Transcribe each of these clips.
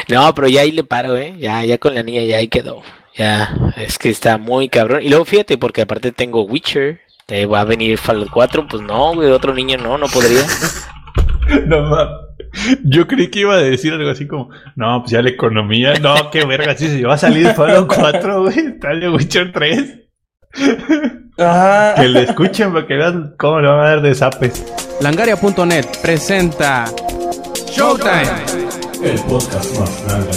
No, pero ya ahí le paro, ya con la niña ya ahí quedó. Ya, es que está muy cabrón. Y luego fíjate, porque aparte tengo Witcher, va a venir Fallout 4, pues no, güey, otro niño no podría. No mames. Yo creí que iba a decir algo así como, no, pues ya la economía, no, qué verga, sí se va a salir Fallout 4, güey, sale Witcher 3. Que lo escuchen para que vean cómo le van a dar de zapes. Langaria.net presenta Showtime, el podcast más grande.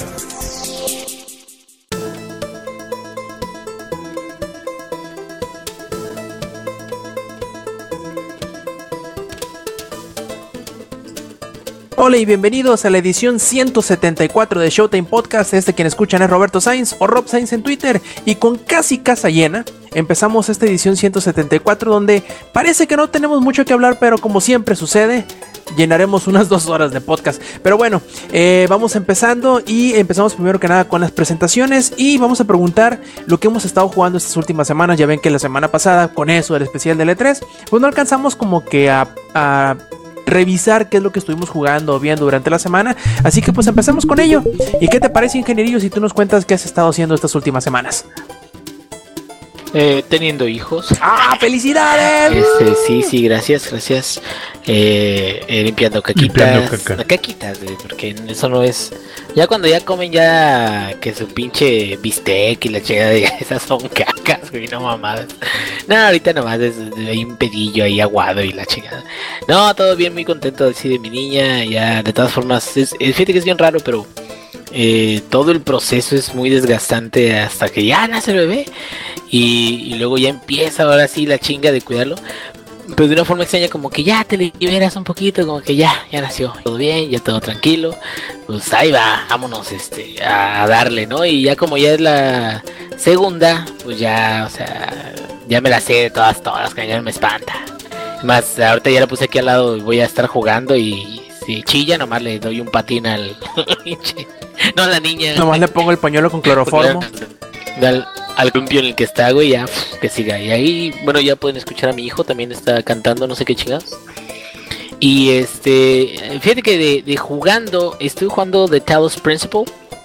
Hola y bienvenidos a la edición 174 de Showtime Podcast. Quien escuchan es Roberto Sainz o Rob Sainz en Twitter. Y con casi casa llena, empezamos esta edición 174 donde parece que no tenemos mucho que hablar, pero como siempre sucede, llenaremos unas 2 horas de podcast. Pero bueno, vamos empezando y empezamos primero que nada con las presentaciones y vamos a preguntar lo que hemos estado jugando estas últimas semanas. Ya ven que la semana pasada con eso del especial del E3, pues no alcanzamos como que a revisar qué es lo que estuvimos jugando o viendo durante la semana, así que pues empezamos con ello. ¿Y qué te parece, ingenierillo, si tú nos cuentas qué has estado haciendo estas últimas semanas? Teniendo hijos. ¡Ah, felicidades! Sí, gracias. Limpiando caquitas. Caquitas, porque eso no es. Ya cuando ya comen ya que su pinche bistec y la chingada de esas son cacas, güey, no mamadas. No, ahorita nomás hay un pedillo ahí aguado y la chingada. No, todo bien, muy contento así de mi niña. Ya, de todas formas, fíjate que es bien raro, pero todo el proceso es muy desgastante hasta que ya nace el bebé. Y luego ya empieza ahora sí la chinga de cuidarlo. Pero de una forma extraña, como que ya te liberas un poquito, como que ya nació, todo bien, ya todo tranquilo, pues ahí va, vámonos a darle, ¿no? Y ya como ya es la segunda, pues ya, o sea, ya me la sé de todas, que ya me espanta. Más, ahorita ya la puse aquí al lado y voy a estar jugando y si chilla, nomás le doy un patín al... no, a la niña. Nomás le pongo el pañuelo con cloroformo. Al columpio en el que está, güey, ya, que siga. Y ahí, bueno, ya pueden escuchar a mi hijo, también está cantando, no sé qué chingados. Y fíjate que de jugando, estoy jugando The Talos Principle.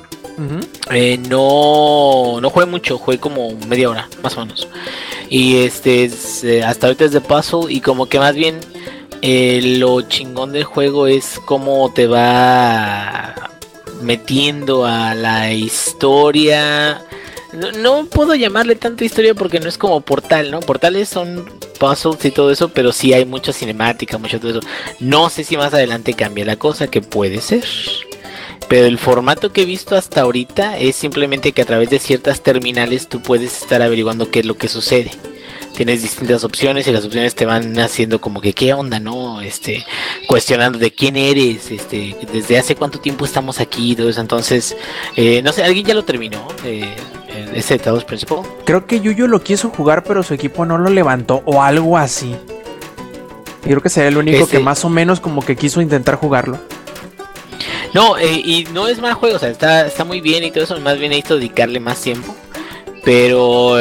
No jugué mucho, jugué como media hora, más o menos. Y hasta ahorita es de puzzle y como que más bien lo chingón del juego es cómo te va metiendo a la historia. No puedo llamarle tanto historia porque no es como Portal, ¿no? Portales son puzzles y todo eso, pero sí hay mucha cinemática, mucho todo eso. No sé si más adelante cambia la cosa, que puede ser. Pero el formato que he visto hasta ahorita es simplemente que a través de ciertas terminales tú puedes estar averiguando qué es lo que sucede. Tienes distintas opciones y las opciones te van haciendo como que qué onda, ¿no? Cuestionando de quién eres, desde hace cuánto tiempo estamos aquí y todo eso. Entonces, no sé, ¿alguien ya lo terminó? Ese de Talos Principle. Creo que Yuyo lo quiso jugar, pero su equipo no lo levantó o algo así. Y creo que sería el único que más o menos como que quiso intentar jugarlo. No, y no es mal juego, o sea, está muy bien y todo eso, más bien necesito dedicarle más tiempo. Pero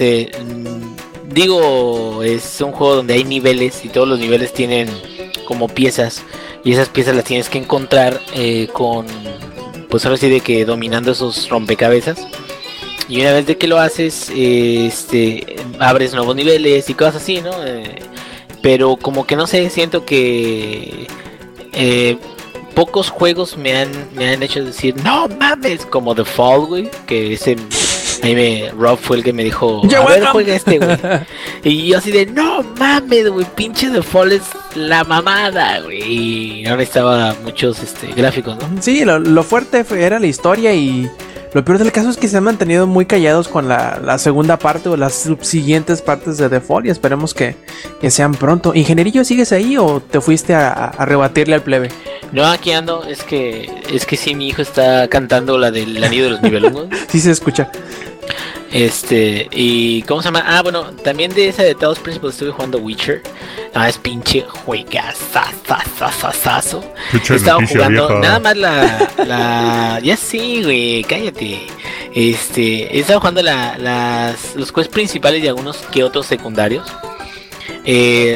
digo, es un juego donde hay niveles y todos los niveles tienen como piezas y esas piezas las tienes que encontrar con, pues ahora sí de que dominando esos rompecabezas. Y una vez de que lo haces, abres nuevos niveles y cosas así, ¿no? Pero como que no sé, siento que pocos juegos me han hecho decir no mames, como The Fall, güey, que Rob fue el que me dijo, a ver, juega güey. Y yo así de, no mames, güey, pinche The Fall es la mamada, güey. Y no necesitaba muchos gráficos, ¿no? Sí, lo fuerte era la historia y lo peor del caso es que se han mantenido muy callados con la segunda parte o las subsiguientes partes de The Fall y esperemos que sean pronto. ¿Ingenierillo, sigues ahí o te fuiste a rebatirle al plebe? No, aquí ando, es que sí, mi hijo está cantando la del anillo de los nivelungos. Sí se escucha. Y ¿cómo se llama? Ah, bueno, también de esa de Talos Principle estuve jugando Witcher. No, es pinche juegazazazazazazo. Estaba jugando vieja. Nada más la ya sí, güey, cállate. Estaba jugando los quests principales y algunos que otros secundarios.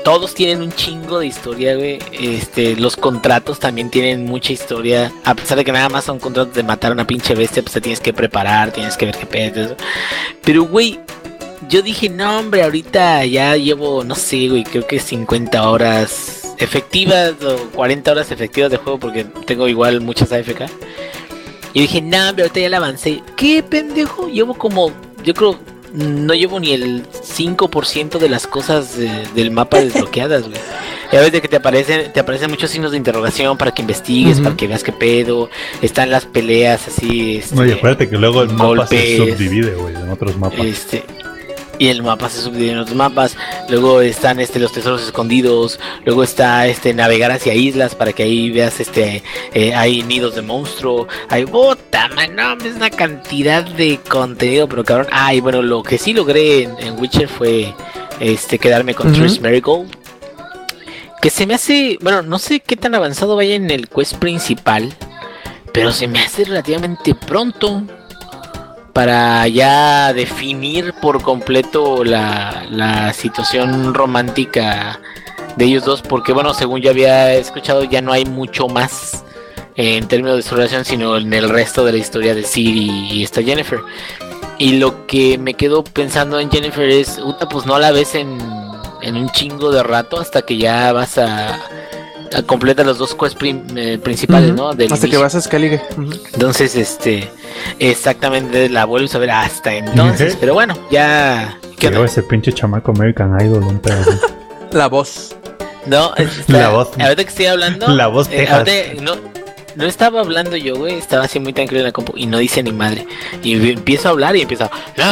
todos tienen un chingo de historia, güey. Los contratos también tienen mucha historia. A pesar de que nada más son contratos de matar a una pinche bestia, pues te tienes que preparar, tienes que ver qué pedo. Pero, güey, yo dije, no, hombre, ahorita ya llevo, no sé, güey, creo que 50 horas efectivas o 40 horas efectivas de juego, porque tengo igual muchas AFK. Y dije, no, hombre, ahorita ya la avancé. ¿Qué pendejo? Llevo como, yo creo, no llevo ni el 5% de las cosas del mapa desbloqueadas, güey. Y a veces que te aparecen muchos signos de interrogación para que investigues, para que veas qué pedo. Están las peleas así. Oye, acuérdate que luego el mapa se subdivide, güey, en otros mapas. Y el mapa se subdivide en otros mapas. Luego están los tesoros escondidos. Luego está navegar hacia islas para que ahí veas hay nidos de monstruo. Hay bota, man, no, es una cantidad de contenido, pero cabrón. Y bueno, lo que sí logré en Witcher fue quedarme con Triss Merigold. Que se me hace, bueno, no sé qué tan avanzado vaya en el quest principal, pero se me hace relativamente pronto para ya definir por completo la situación romántica de ellos dos, porque bueno, según yo había escuchado, ya no hay mucho más en términos de su relación, sino en el resto de la historia de Ciri y esta Yennefer. Y lo que me quedo pensando en Yennefer es, pues no la ves en un chingo de rato hasta que ya vas a completar los dos quests principales, ¿no? Del hasta inicio. Que vas a Skellige. Entonces, exactamente la vuelves a ver hasta entonces, pero bueno, ya... ¿Qué ese pinche chamaco American Idol, un pedazo? La voz. No, la voz. Ahorita que estoy hablando... La voz Texas. No estaba hablando yo, güey, estaba así muy tranquilo en la compu y no dice ni madre. Y empiezo a hablar y empiezo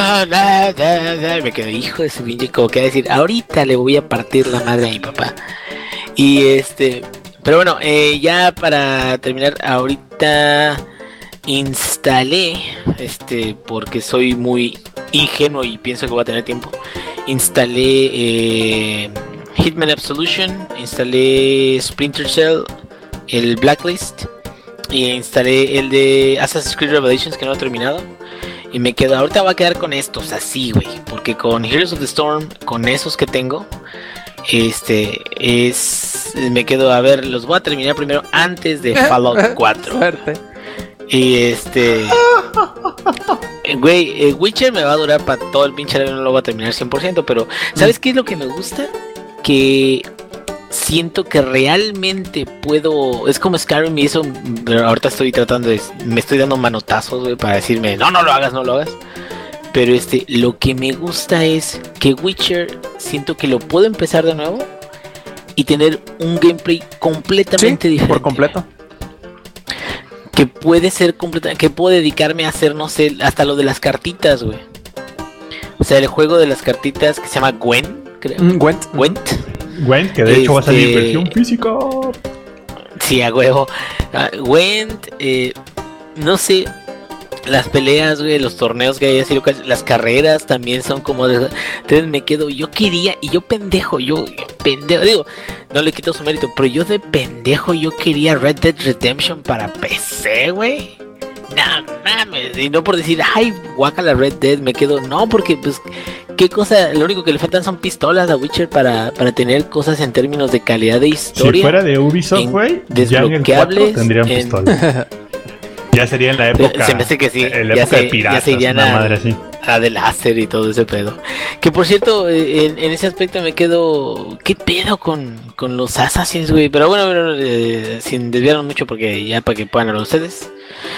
y me quedo, hijo de su pinche, como que a decir, ahorita le voy a partir la madre a mi papá. Y pero bueno, ya para terminar, ahorita instalé, porque soy muy ingenuo y pienso que voy a tener tiempo. Instalé Hitman Absolution, instalé Splinter Cell, el Blacklist, y instalé el de Assassin's Creed Revelations, que no he terminado. Y me quedo, ahorita voy a quedar con estos así, güey, porque con Heroes of the Storm, con esos que tengo, me quedo, a ver, los voy a terminar primero antes de Fallout 4. Suerte. Y güey, Witcher me va a durar para todo el pinche año, no lo voy a terminar 100%, pero ¿sabes qué es lo que me gusta? Que siento que realmente puedo, es como Skyrim y eso, pero ahorita estoy tratando me estoy dando manotazos, güey, para decirme, no lo hagas. Pero lo que me gusta es que Witcher siento que lo puedo empezar de nuevo y tener un gameplay completamente diferente. Por completo. Que puede ser que puedo dedicarme a hacer, no sé, hasta lo de las cartitas, güey. O sea, el juego de las cartitas que se llama Gwen, creo. Gwen, que de hecho va a salir versión física. Sí, a huevo. Gwen, no sé. Las peleas, güey, los torneos que hay así, las carreras también son como de... Entonces me quedo, yo pendejo, digo, no le quito su mérito, pero yo de pendejo, yo quería Red Dead Redemption para PC, güey. No mames, y no por decir, ay, guácala Red Dead, me quedo, no, porque pues, qué cosa, lo único que le faltan son pistolas a Witcher para tener cosas en términos de calidad de historia. Si fuera de Ubisoft, güey, ya en el 4 tendrían pistolas. Ya sería en la época. Se me hace que sí. En la época de piratas, ya se irían una madre así. A de láser y todo ese pedo. Que por cierto, en ese aspecto me quedo. ¿Qué pedo con los Assassins, güey? Pero bueno, sin desviarnos mucho, porque ya para que puedan hablar ustedes.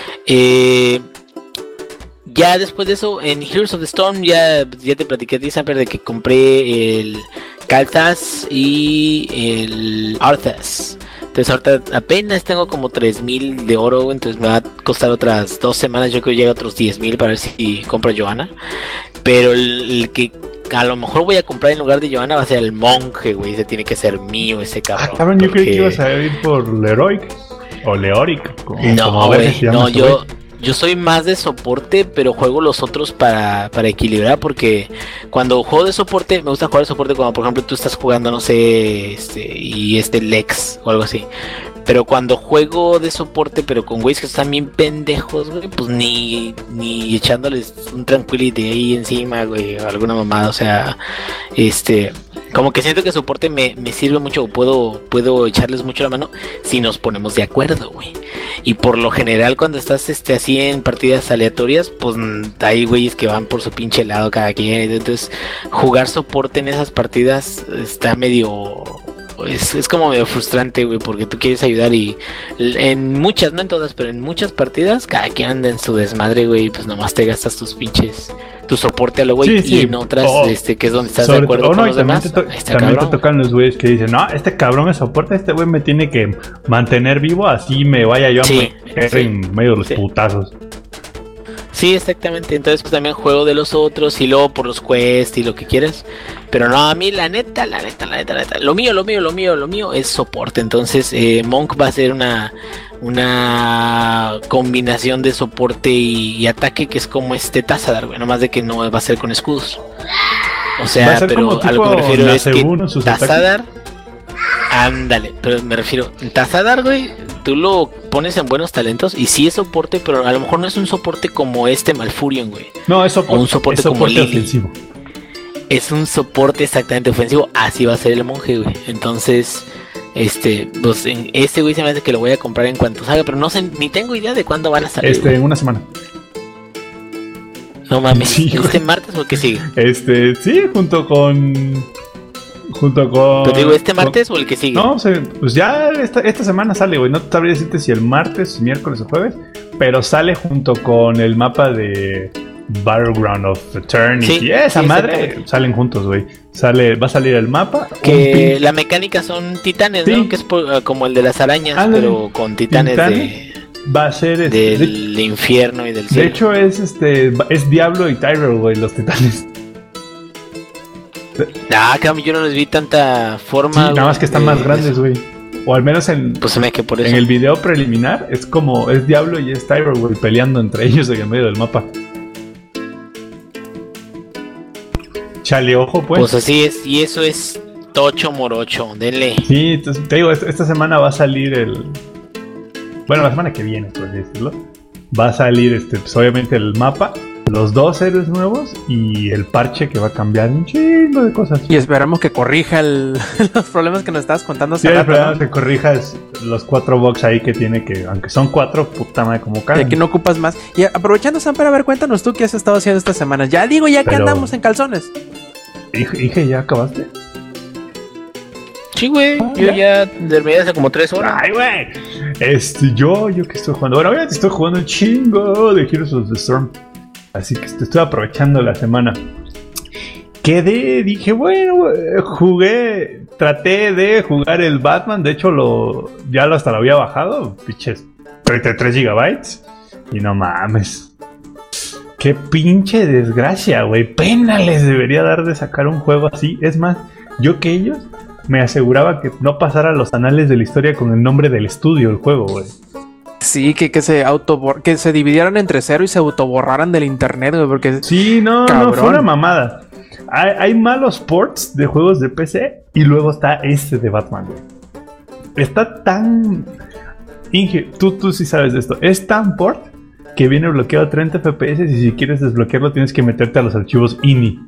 Ya después de eso, en Heroes of the Storm, ya te platiqué a ti, Samper, de que compré el Kalthas y el Arthas. Entonces ahorita apenas tengo como 3,000 de oro, entonces me va a costar otras 2 semanas, yo creo que llega a otros 10,000 para ver si compro a Johanna. Pero el que a lo mejor voy a comprar en lugar de Johanna va a ser el monje, güey, ese tiene que ser mío, ese cabrón. Cabrón, yo creí que ibas a ir por Leroy o Leoric. No, güey, no, yo soy más de soporte, pero juego los otros para equilibrar, porque cuando juego de soporte, me gusta jugar de soporte cuando, por ejemplo, tú estás jugando, no sé, y Lex o algo así. Pero cuando juego de soporte, pero con güeyes que están bien pendejos, güey, pues ni echándoles un tranquility ahí encima, güey, o alguna mamada, o sea, Como que siento que soporte me sirve mucho, puedo echarles mucho la mano si nos ponemos de acuerdo, güey. Y por lo general cuando estás así en partidas aleatorias, pues hay güeyes que van por su pinche lado cada quien. Entonces jugar soporte en esas partidas está medio... Es como medio frustrante, güey, porque tú quieres ayudar y en muchas, no en todas, pero en muchas partidas cada quien anda en su desmadre, güey, y pues nomás te gastas tu soporte a lo güey, y en otras, que es donde estás de acuerdo con los demás. También te tocan los güeyes que dicen, no, este cabrón es soporte, este güey me tiene que mantener vivo, así me vaya yo a meter en medio de los putazos. Sí, exactamente. Entonces pues también juego de los otros y luego por los quests y lo que quieras. Pero no, a mí la neta, lo mío es soporte. Entonces Monk va a ser una combinación de soporte y ataque que es como Tazadar, güey. Nomás de que no va a ser con escudos. O sea, pero a lo que me refiero es que Tazadar... Ándale, pero me refiero, Tazadar, güey, tú lo pones en buenos talentos y sí es soporte, pero a lo mejor no es un soporte como Malfurion, güey. No, es soporte, o un soporte como ofensivo. Es un soporte exactamente ofensivo, así va a ser el monje, güey. Entonces, pues en güey se me hace que lo voy a comprar en cuanto salga, pero no sé, ni tengo idea de cuándo van a salir. En una semana. No mames, sí, martes o qué sigue? Sí, junto con... ¿Te digo martes o el que sigue? No, pues ya esta semana sale, güey. No te sabría decirte si el martes, miércoles o jueves, pero sale junto con el mapa de Battleground of Eternity. Sí, esa madre salen juntos, güey. Va a salir el mapa. Que la mecánica son titanes, sí, ¿no? Que es como el de las arañas, pero con titanes va a ser del infierno y del cielo. De hecho es Diablo y Tyrell, güey, los titanes. Yo no les vi tanta forma. Sí, nada más que están más grandes, güey. O al menos pues se me que por eso. En el video preliminar es Diablo y es Tyrell, güey, peleando entre ellos en el medio del mapa. Chale, ojo, pues. Pues así es, y eso es tocho morocho, denle. Sí, entonces, te digo, esta semana va a salir bueno, la semana que viene, por decirlo. Va a salir, pues obviamente el mapa, los 2 héroes nuevos y el parche que va a cambiar un chingo de cosas. Y esperamos que corrija los problemas que nos estabas contando hace rato. Sí, esperamos que corrija los 4 bugs ahí que tiene, que aunque son 4, puta madre, como caen. De que no ocupas más. Y aprovechando, Sam, para ver, cuéntanos tú qué has estado haciendo estas semanas. Ya que andamos en calzones. Hija, ¿ya acabaste? Sí, güey, yo ya dormí hace como 3 horas. Ay, güey. Yo que estoy jugando. Bueno, obviamente estoy jugando un chingo de Heroes of the Storm. Así que estoy aprovechando la semana. Dije, bueno, traté de jugar el Batman. De hecho, hasta lo había bajado. Pinches 33 gigabytes. Y no mames. Qué pinche desgracia, güey. Pena les debería dar de sacar un juego así. Es más, yo que ellos me aseguraba que no pasara los anales de la historia con el nombre del estudio, el juego, güey. Sí, que se dividieran entre cero y se autoborraran del internet, güey, porque... Sí, no, fue una mamada. Hay malos ports de juegos de PC y luego está de Batman, güey. Está tan... Inge, tú sí sabes de esto. Es tan port que viene bloqueado a 30 FPS y si quieres desbloquearlo tienes que meterte a los archivos INI.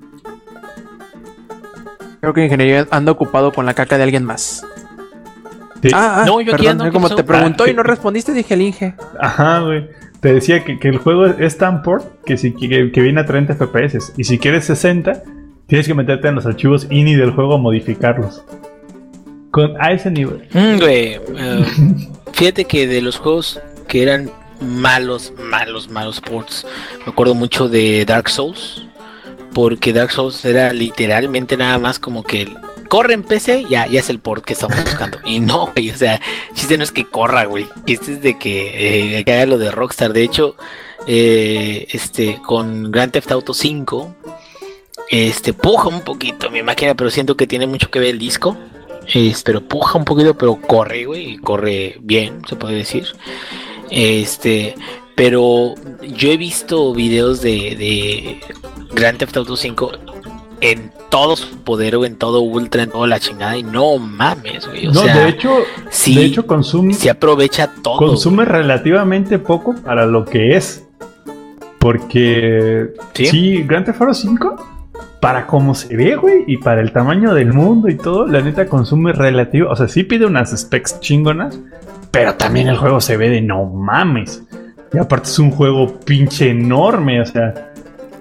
Creo que ingeniería anda ocupado con la caca de alguien más. Sí. No, yo aquí ando. Como te preguntó y no respondiste, dije el Inge. Ajá, güey. Te decía que el juego es tan port que viene a 30 FPS. Y si quieres 60, tienes que meterte en los archivos INI del juego a modificarlos. A ese nivel. Güey. Fíjate que de los juegos que eran malos ports, me acuerdo mucho de Dark Souls. Porque Dark Souls era literalmente nada más como que corre en PC, ya es el port que estamos buscando. Y no, güey, o sea, el chiste no es que corra, güey. El chiste es de que haga lo de Rockstar. De hecho, con Grand Theft Auto 5, puja un poquito mi máquina, pero siento que tiene mucho que ver el disco. Pero puja un poquito, pero corre, güey, y corre bien, se puede decir. Pero yo he visto videos de Grand Theft Auto 5 en todo su poder, o en todo ultra, en toda la chingada, y no mames, güey. O sea, de hecho consume, se aprovecha todo. Consume relativamente poco para lo que es. Porque sí, Grand Theft Auto 5 para cómo se ve, güey, y para el tamaño del mundo y todo, la neta consume relativo. O sea, sí pide unas specs chingonas, pero también el juego se ve de no mames. Y aparte es un juego pinche enorme, o sea...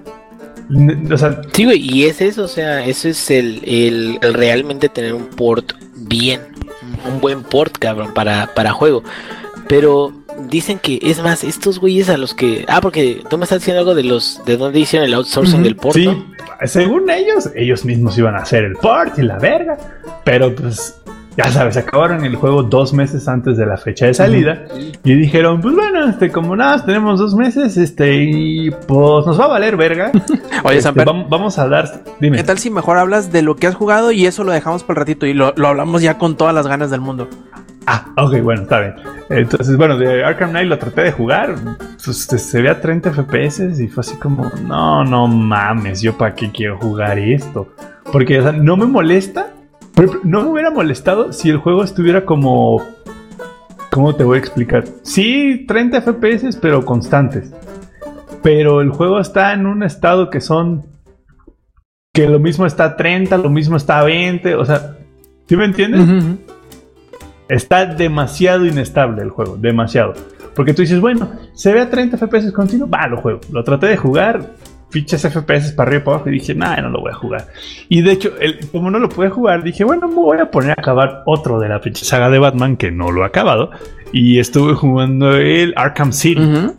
Sí, güey, y es eso, o sea, eso es el realmente tener un port bien, un buen port, cabrón, para juego. Pero dicen que, es más, estos güeyes a los que... porque tú me estás diciendo algo de dónde hicieron el outsourcing del port, sí, ¿no? Según ellos mismos iban a hacer el port y la verga. Pero pues, ya sabes, acabaron el juego 2 meses antes de la fecha de salida. Y dijeron, pues bueno, como nada, tenemos 2 meses, y pues nos va a valer verga. Oye, Samper, vamos a dar... Dime. ¿Qué tal si mejor hablas de lo que has jugado y eso lo dejamos para el ratito y lo hablamos ya con todas las ganas del mundo? Ok, bueno, está bien. Entonces, bueno, de Arkham Knight lo traté de jugar. Pues, se ve a 30 FPS y fue así como, no mames, yo para qué quiero jugar esto. Porque, o sea, no me molesta. No me hubiera molestado si el juego estuviera como... ¿Cómo te voy a explicar? Sí, 30 FPS, pero constantes. Pero el juego está en un estado que son... Que lo mismo está a 30, lo mismo está a 20, o sea... ¿Sí me entiendes? Uh-huh. Está demasiado inestable el juego, demasiado. Porque tú dices, bueno, se ve a 30 FPS continuo, lo juego. Lo traté de jugar, fichas FPS para arriba y para abajo y dije, no lo voy a jugar. Y de hecho, como no lo pude jugar, dije, bueno, me voy a poner a acabar otro de la pinche saga de Batman que no lo he acabado. Y estuve jugando el Arkham City. Uh-huh.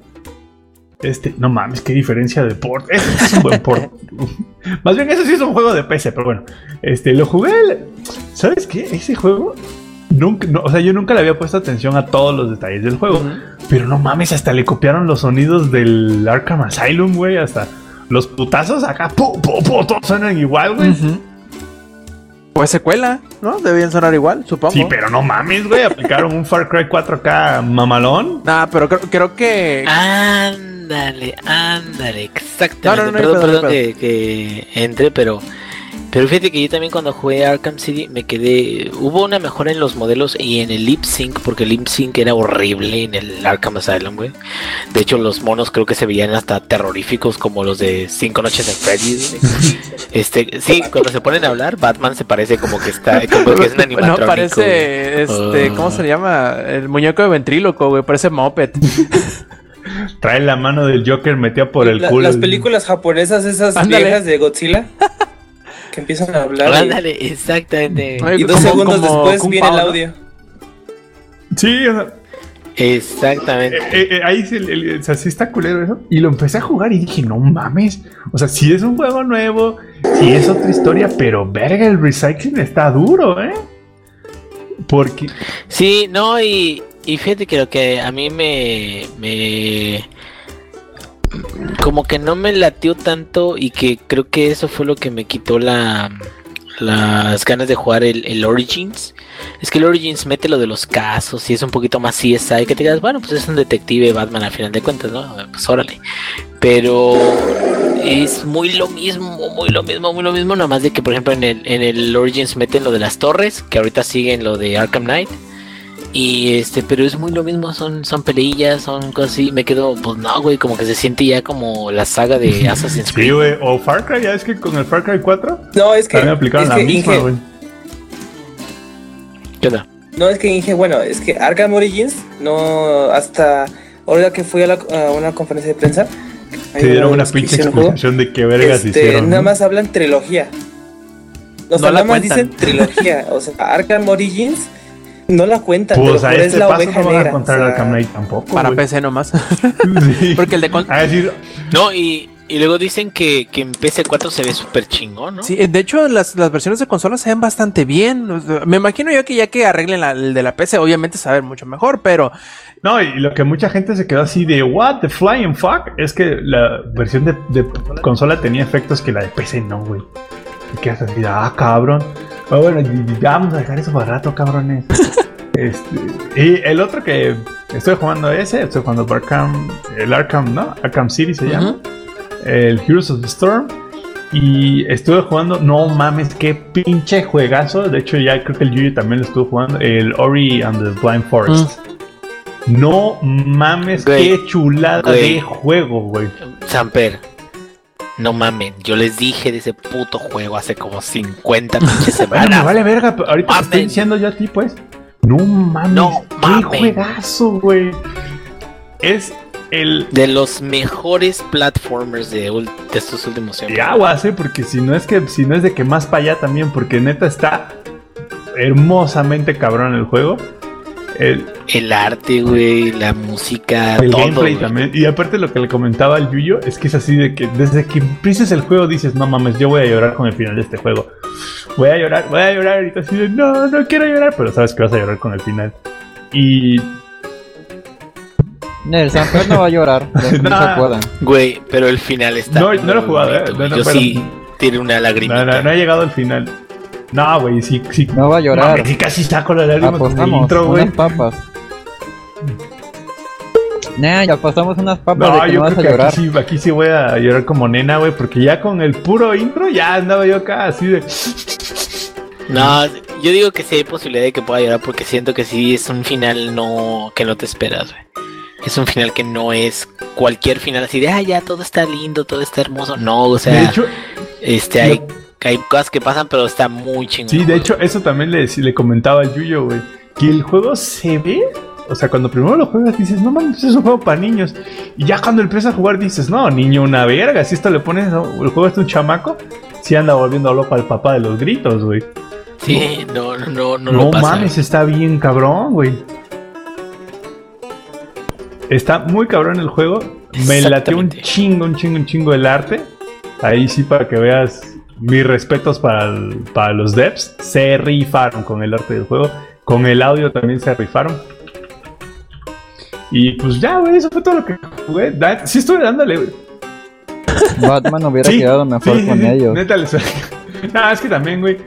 No mames, qué diferencia de port. Este es un buen port. Más bien, eso sí es un juego de PC, pero bueno. Lo jugué. ¿Sabes qué? Ese juego... yo nunca le había puesto atención a todos los detalles del juego. Uh-huh. Pero no mames, hasta le copiaron los sonidos del Arkham Asylum, güey. Hasta los putazos acá, todos suenan igual, güey. Uh-huh. Pues secuela, ¿no? Debían sonar igual, supongo. Sí, pero no mames, güey. Aplicaron un Far Cry 4K mamalón. Pero creo que... Ándale, exactamente. Perdón que entre, pero fíjate que yo también cuando jugué Arkham City me quedé... Hubo una mejora en los modelos y en el lip sync, porque el lip sync era horrible en el Arkham Asylum, güey. De hecho, los monos creo que se veían hasta terroríficos como los de 5 Noches en Freddy's. Sí, cuando se ponen a hablar, Batman se parece como que está... Como que es un animatrónico. No, parece... ¿Cómo se llama? El muñeco de ventríloco, güey. Parece Muppet. Trae la mano del Joker metida por el culo. Las películas japonesas, esas viejas de Godzilla... que empiezan a hablar. Ándale, exactamente. Y 2 segundos después viene el audio. Sí, o sea, exactamente. Ahí o sea, sí está culero eso. Y lo empecé a jugar y dije, no mames. O sea, sí es un juego nuevo, sí es otra historia, pero verga, el recycling está duro, ¿eh? Porque... Sí, no, y fíjate que lo que a mí me como que no me latió tanto y que creo que eso fue lo que me quitó las ganas de jugar el Origins. Es que el Origins mete lo de los casos y es un poquito más CSI, que te digas, bueno, pues es un detective Batman al final de cuentas, ¿no? Pues órale. Pero es muy lo mismo, nada más de que, por ejemplo, en el Origins meten lo de las torres, que ahorita siguen lo de Arkham Knight. Y pero es muy lo mismo, son peleillas, son cosas así. Me quedo, pues no, güey, como que se siente ya como la saga de Assassin's Creed. Sí, güey, o Far Cry, ya es que con el Far Cry 4 no, es que también aplicaron la misma, güey. ¿Qué onda? No, es que Inge, bueno, es que Arkham Origins, no, hasta ahora que fui a una conferencia de prensa, te dieron una pinche explicación de qué vergas hicieron. Nada más hablan trilogía. O sea, nada más dicen trilogía. O sea, Arkham Origins no la cuentan. Pues a este paso no van a contar Arkham Knight tampoco. Para wey. PC nomás. Sí. Porque el de no, y luego dicen que en PC4 se ve súper chingón, ¿no? Sí, de hecho las versiones de consola se ven bastante bien. Me imagino yo que ya que arreglen el de la PC, obviamente se va a ver mucho mejor, pero... No, y lo que mucha gente se quedó así de what the flying fuck es que la versión de consola tenía efectos que la de PC no, güey. Y que así, cabrón. Bueno, vamos a dejar eso para rato, cabrones. Y el otro que estoy jugando estoy jugando el Arkham, ¿no? Arkham City se llama. El Heroes of the Storm. Y estuve jugando, no mames, qué pinche juegazo. De hecho, ya creo que el Yuji también lo estuvo jugando. El Ori and the Blind Forest. No mames, güey, qué chulada de juego, güey. Samper, No mamen, yo les dije de ese puto juego hace como 50 pinches semanas. Bueno, me vale verga, ahorita te estoy diciendo yo a ti, pues. No mames, qué juegazo, güey. Es el... de los mejores platformers de estos últimos años. Y aguas, porque si no es de que más para allá también, porque neta está hermosamente cabrón el juego. El arte, güey, la música, el todo, gameplay güey. también. Y aparte lo que le comentaba al Yuyo es que es así de que desde que empiezas el juego dices, no mames, yo voy a llorar con el final de este juego. Voy a llorar ahorita así de, no quiero llorar, pero sabes que vas a llorar con el final. Y... El Samper no va a llorar, no se acuerdan. Güey, pero el final está... No lo he jugado, yo sí tiene una lagrimita. No he llegado al final. No, güey, sí. No va a llorar. Mames, sí, casi saco la lágrima con el intro, güey. Unas papas. Nah, ya pasamos unas papas no, de que yo no vas a creo llorar. que aquí sí voy a llorar como nena, güey, porque ya con el puro intro ya andaba yo acá así de... No, yo digo que sí hay posibilidad de que pueda llorar porque siento que sí es un final que no te esperas, güey. Es un final que no es cualquier final así de, ya todo está lindo, todo está hermoso. No, o sea, de hecho, hay cosas que pasan, pero está muy chingón. Sí, de hecho, eso también le comentaba al Yuyo, güey, que el juego se ve, o sea, cuando primero lo juegas dices, no mames, es un juego para niños. Y ya cuando empiezas a jugar dices, no, niño, una verga, si esto le pones, el juego es un chamaco, si anda volviendo loco al papá de los gritos, güey. Sí, no lo pasa. No mames, está bien cabrón, güey. Está muy cabrón el juego. Me latió un chingo el arte. Ahí sí, para que veas, mis respetos para los devs. Se rifaron con el arte del juego. Con el audio también se rifaron. Y pues ya, güey, eso fue todo lo que jugué. Sí estuve dándole, güey. Batman hubiera quedado mejor con ellos. Neta, no, es que también, güey.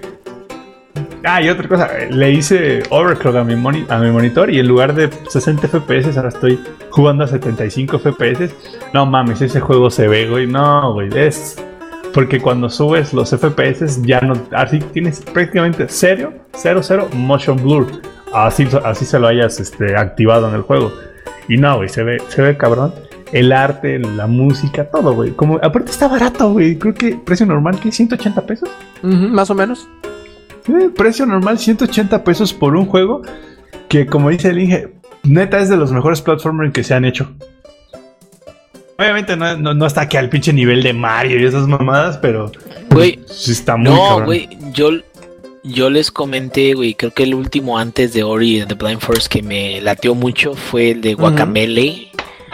Y otra cosa, le hice overclock a mi monitor y en lugar de 60 FPS ahora estoy jugando a 75 FPS. No mames, ese juego se ve, güey. No, güey, es... Porque cuando subes los FPS ya no... Así tienes prácticamente 0 motion blur. Así se lo hayas activado en el juego. Y no, güey, se ve cabrón. El arte, la música, todo, güey. Como, aparte está barato, güey. Creo que precio normal, ¿qué? ¿180 pesos? Más o menos. Precio normal, 180 pesos por un juego que, como dice el Inge, neta es de los mejores platformers que se han hecho. Obviamente no está aquí al pinche nivel de Mario y esas mamadas, pero güey, sí está muy cabrón. No, güey, yo les comenté, güey, creo que el último antes de Ori and the Blind Forest que me latió mucho fue el de Guacamelee.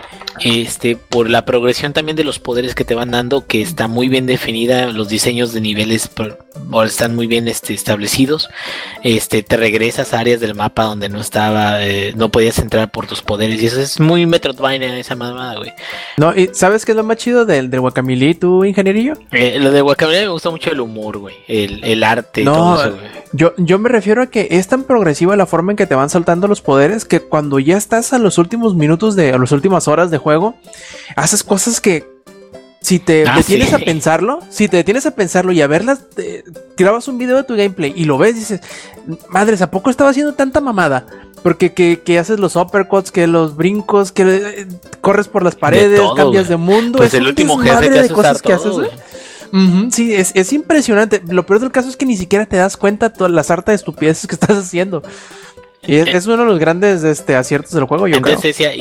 Por la progresión también de los poderes que te van dando, que está muy bien definida, los diseños de niveles están muy bien establecidos. Te regresas a áreas del mapa donde no podías entrar por tus poderes, y eso es muy Metroidvania, esa mamada, güey. No, ¿y sabes qué es lo más chido del Guacamelee, tú, ingenierillo? Lo de Guacamelee me gusta mucho el humor, güey, el arte y todo eso, güey. Yo me refiero a que es tan progresiva la forma en que te van saltando los poderes que cuando ya estás a los últimos minutos a las últimas horas de juego, haces cosas que si te detienes a pensarlo y a verlas, grabas un video de tu gameplay y lo ves y dices, madres, ¿a poco estaba haciendo tanta mamada? Porque que haces los uppercuts, que los brincos, que corres por las paredes, todo, cambias de mundo. Pues es el último jefe te hace cosas que haces, güey. Sí, es impresionante. Lo peor del caso es que ni siquiera te das cuenta de toda la sarta de estupideces que estás haciendo. Y es uno de los grandes aciertos del juego, yo creo. Decía,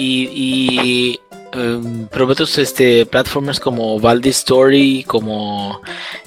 pero otros platformers como Baldi's Story, como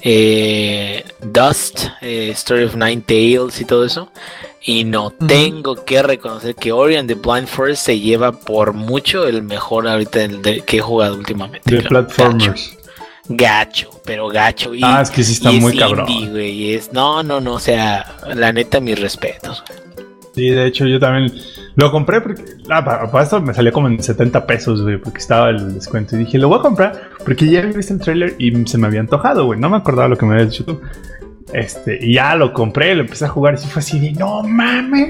Dust, Story of Nine Tails y todo eso. Y tengo que reconocer que Ori and the Blind Forest se lleva por mucho el mejor ahorita que he jugado últimamente. De platformers. Gacho. Es que sí está muy cabrón. Güey, no, o sea, la neta, mis respetos. Sí, de hecho yo también lo compré porque para esto me salió como en 70 pesos, güey, porque estaba el descuento. Y dije, lo voy a comprar porque ya había visto el trailer y se me había antojado, güey. No me acordaba lo que me había dicho tú. Y ya lo compré, lo empecé a jugar y fue así de, ¡no mames!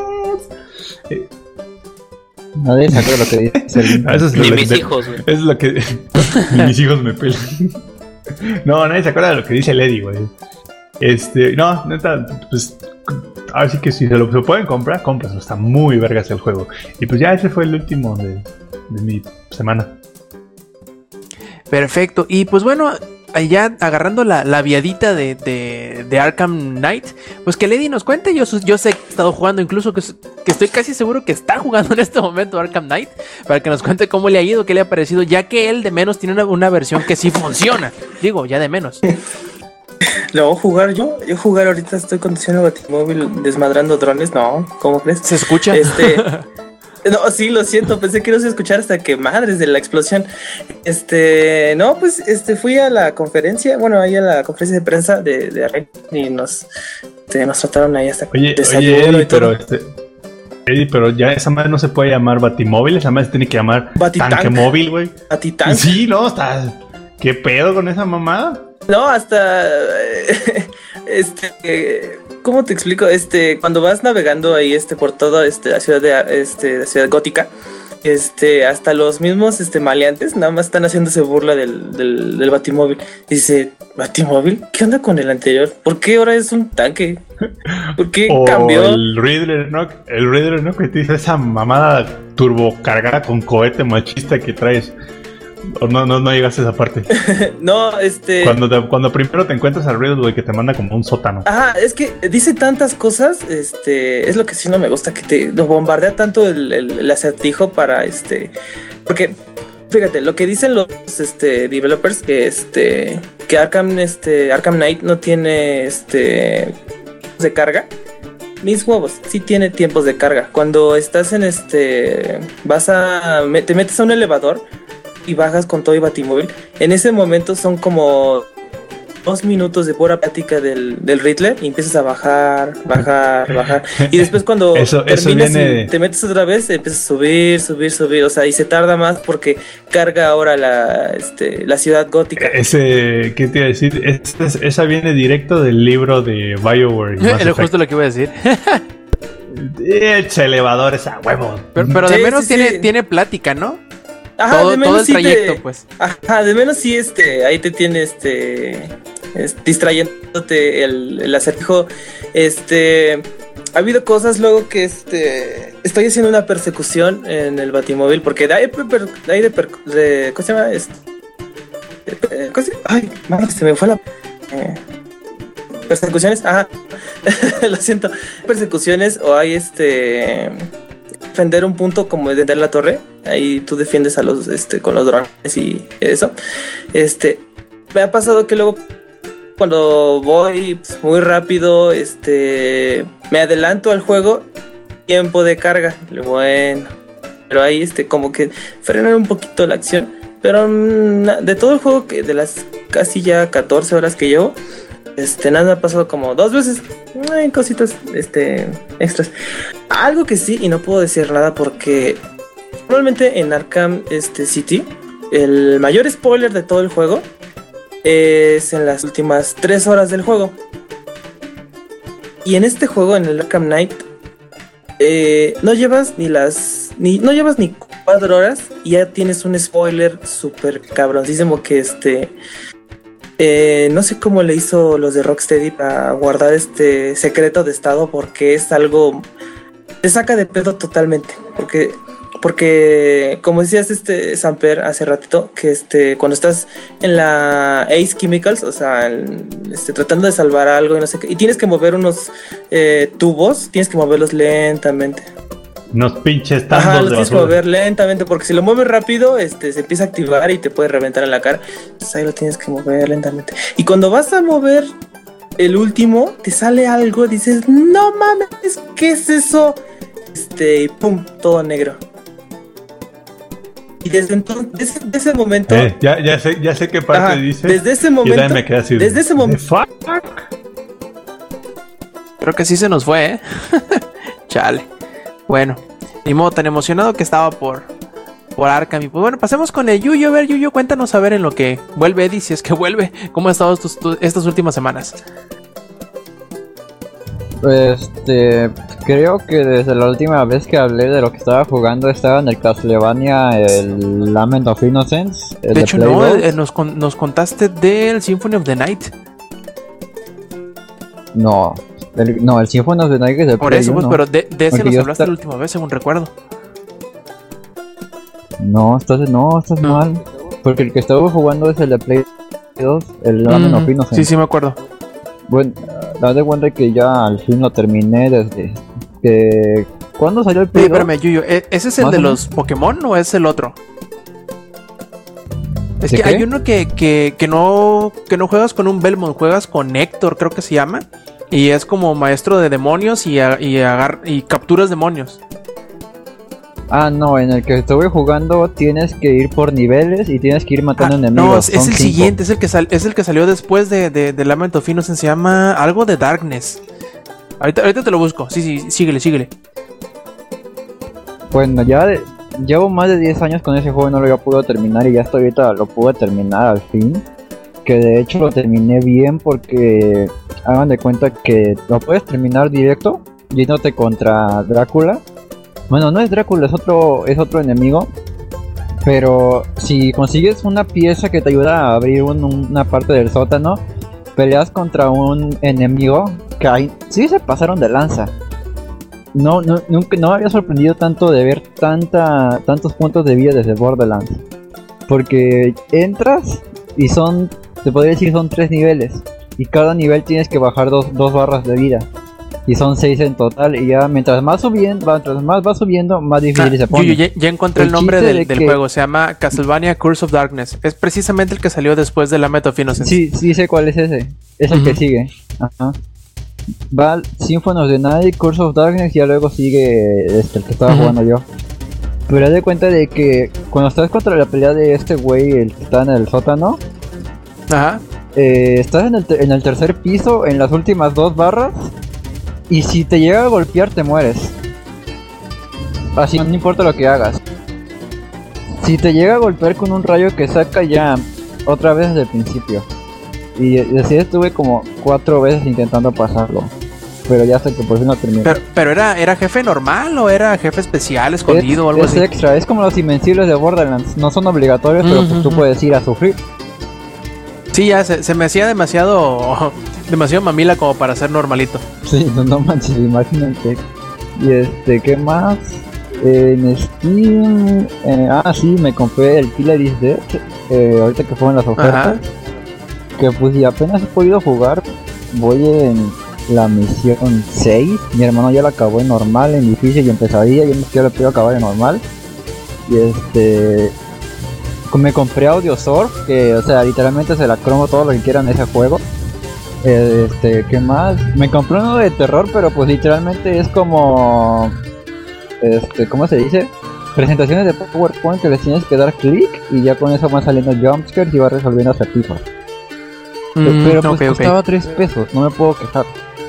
Nadie sabe lo que dice. Ni mis hijos, güey. Es lo que... Ni mis hijos me pelan. No, nadie se acuerda de lo que dice Lady, güey. No, neta, pues... Así que si se lo pueden comprar, cómpraselo. Está muy vergas el juego. Y pues ya ese fue el último de mi semana. Perfecto. Y pues bueno, allá agarrando la viadita de Arkham Knight, pues que Lady nos cuente. Yo sé que he estado jugando, incluso que estoy casi seguro que está jugando en este momento Arkham Knight, para que nos cuente cómo le ha ido, qué le ha parecido, ya que él de menos tiene una versión que sí funciona. Digo, ya de menos. ¿Lo voy a jugar yo? Yo jugar ahorita estoy conduciendo Batimóvil desmadrando drones. No, ¿cómo crees? ¿Se escucha? No, sí, lo siento, pensé que no se escuchara hasta que madres de la explosión. No, pues, fui a la conferencia, ahí a la conferencia de prensa de Array y nos trataron ahí hasta desayuno y todo. Eddie, pero ya esa madre no se puede llamar Batimóvil, esa madre se tiene que llamar Tanque Móvil, güey. Batitank. Sí, no, está... ¿Qué pedo con esa mamada? No, hasta... ¿cómo te explico? Cuando vas navegando ahí por toda la ciudad la ciudad gótica, hasta los mismos maleantes nada más están haciéndose burla del Batimóvil. Dice, ¿Batimóvil? ¿Qué onda con el anterior? ¿Por qué ahora es un tanque? ¿Por qué cambió? El Riddler, ¿no? El Riddler, ¿no? Que te dice esa mamada turbocargada con cohete machista que traes. ¿O no llegaste a esa parte? No, Cuando primero te encuentras al Riddle, güey, que te manda como un sótano. Ajá, es que dice tantas cosas, es lo que sí no me gusta, que te bombardea tanto el acertijo para, porque, fíjate, lo que dicen los, developers, que Arkham Knight no tiene, de carga. Mis huevos, sí tiene tiempos de carga. Cuando estás en te metes a un elevador y bajas con todo y Batimóvil, en ese momento son como 2 minutos de pura plática del Riddler y empiezas a bajar y después cuando terminas y te metes otra vez empiezas a subir, o sea, y se tarda más porque carga ahora la ciudad gótica. ¿Qué te iba a decir? Esa viene directo del libro de BioWare. Era justo lo que iba a decir. Ese elevador es a huevo. Pero de menos tiene plática, ¿no? Ajá, de menos todo el trayecto, pues. Ajá, de menos sí, ahí te tiene, distrayéndote el acertijo. Ha habido cosas luego que, estoy haciendo una persecución en el Batimóvil, porque ¿cómo se llama? Ay, mano, se me fue la... persecuciones, ajá, lo siento, persecuciones o hay, defender un punto como defender la torre, ahí tú defiendes a los con los drones y eso. Me ha pasado que luego cuando voy muy rápido, me adelanto al juego, tiempo de carga, bueno, pero ahí como que frenan un poquito la acción, pero de todo el juego, que de las casi ya 14 horas que llevo, nada me ha pasado como 2 veces. Hay cositas extras. Algo que sí, y no puedo decir nada porque probablemente en Arkham City el mayor spoiler de todo el juego es en las últimas 3 horas del juego. Y en este juego, en el Arkham Knight, no llevas ni 4 horas y ya tienes un spoiler súper cabroncísimo que no sé cómo le hizo los de Rocksteady para guardar este secreto de estado, porque es algo... te saca de pedo totalmente. Porque como decías Samper hace ratito, que cuando estás en la Ace Chemicals, o sea, tratando de salvar algo y no sé qué, y tienes que mover unos tubos, tienes que moverlos lentamente. Unos pinches tambos. Ajá, los tienes que mover lentamente, porque si lo mueves rápido, se empieza a activar y te puede reventar en la cara. Entonces ahí lo tienes que mover lentamente. Y cuando vas a mover el último, te sale algo, dices, no mames, ¿qué es eso? Y pum, todo negro. Y desde entonces, desde ese momento... ya sé qué parte dice. Desde ese momento... me quedé así, desde ese momento... Fuck. Creo que sí se nos fue, Chale. Bueno, ni modo, tan emocionado que estaba por Arkham. Y pues bueno, pasemos con el Yuyo. A ver, Yuyo, cuéntanos a ver en lo que vuelve Eddie, si es que vuelve. ¿Cómo ha estado estas últimas semanas? Creo que desde la última vez que hablé de lo que estaba jugando estaba en el Castlevania, el Lament of Innocence. De hecho, nos contaste del Symphony of the Night. No, el Symphony of the Night es el Por eso, pues, pero de ese nos hablaste la última vez, según recuerdo. No, estás mal. Porque el que estaba jugando es el de Play 2, el Lament of Innocence. Sí, me acuerdo. Bueno, haz de cuenta que ya al fin lo terminé desde que... ¿Cuándo salió el Play 2? Espérame, Yuyo, ¿ese es el de los Pokémon o es el otro? Es que hay uno que no juegas con un Belmont, juegas con Héctor, creo que se llama. Y es como maestro de demonios y capturas demonios. Ah, no, en el que estuve jugando tienes que ir por niveles y tienes que ir matando enemigos. No, es el siguiente, es el que salió después de Lament of Innocence, se llama algo de Darkness. Ahorita te lo busco, sí, síguele. Bueno, llevo más de 10 años con ese juego y no lo había podido terminar y ya hasta ahorita lo pude terminar al fin. Que de hecho lo terminé bien porque hagan de cuenta que lo puedes terminar directo yéndote contra Drácula. Bueno, no es Drácula, es otro enemigo. Pero si consigues una pieza que te ayuda a abrir una parte del sótano, peleas contra un enemigo que ahí sí se pasaron de lanza. Nunca me había sorprendido tanto de ver tantos puntos de vida desde Borderlands. Porque entras y te podría decir son 3 niveles. Y cada nivel tienes que bajar 2 barras de vida. Y son 6 en total. Y ya mientras más va subiendo, más difícil se pone. Ya encontré el nombre del juego. Se llama Castlevania Curse of Darkness. Es precisamente el que salió después de Lament of Innocence. Sí sé cuál es ese. Es el que sigue. Ajá. Va Symphony of the Night, Curse of Darkness, y ya luego sigue el que estaba jugando yo. Pero haz de cuenta de que cuando estás contra la pelea de este güey, el que está en el sótano, estás en el tercer piso, en las últimas 2 barras, y si te llega a golpear te mueres. Así no importa lo que hagas. Si te llega a golpear con un rayo que saca ya otra vez desde el principio. Y así estuve como 4 veces intentando pasarlo. Pero ya hasta que por fin lo terminé. ¿Pero era jefe normal o era jefe especial, escondido o algo así? Es extra, es como los invencibles de Borderlands. No son obligatorios, pero pues tú puedes ir a sufrir. Sí, ya se me hacía demasiado mamila como para ser normalito. Sí, no manches, imagínate. Y ¿qué más? En Steam... sí, me compré el Killer is Dead. Ahorita que fueron las ofertas. Que pues y apenas he podido jugar. Voy en la misión 6. Mi hermano ya la acabó en normal, en difícil y en pesadilla. Yo no la puedo acabar en normal. Y me compré Audiosurf, que o sea literalmente se la cromo todo lo que quieran en ese juego. ¿Qué más? Me compré uno de terror, pero pues literalmente es como ¿cómo se dice? Presentaciones de PowerPoint que les tienes que dar clic y ya con eso van saliendo jumpscares y vas resolviendo acertijos. Pero pues costaba 3 pesos, no me puedo quejar.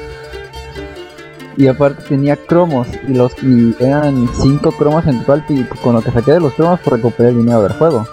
Y aparte tenía cromos y eran 5 cromos en total, y con lo que saqué de los cromos pues recuperé el dinero del juego.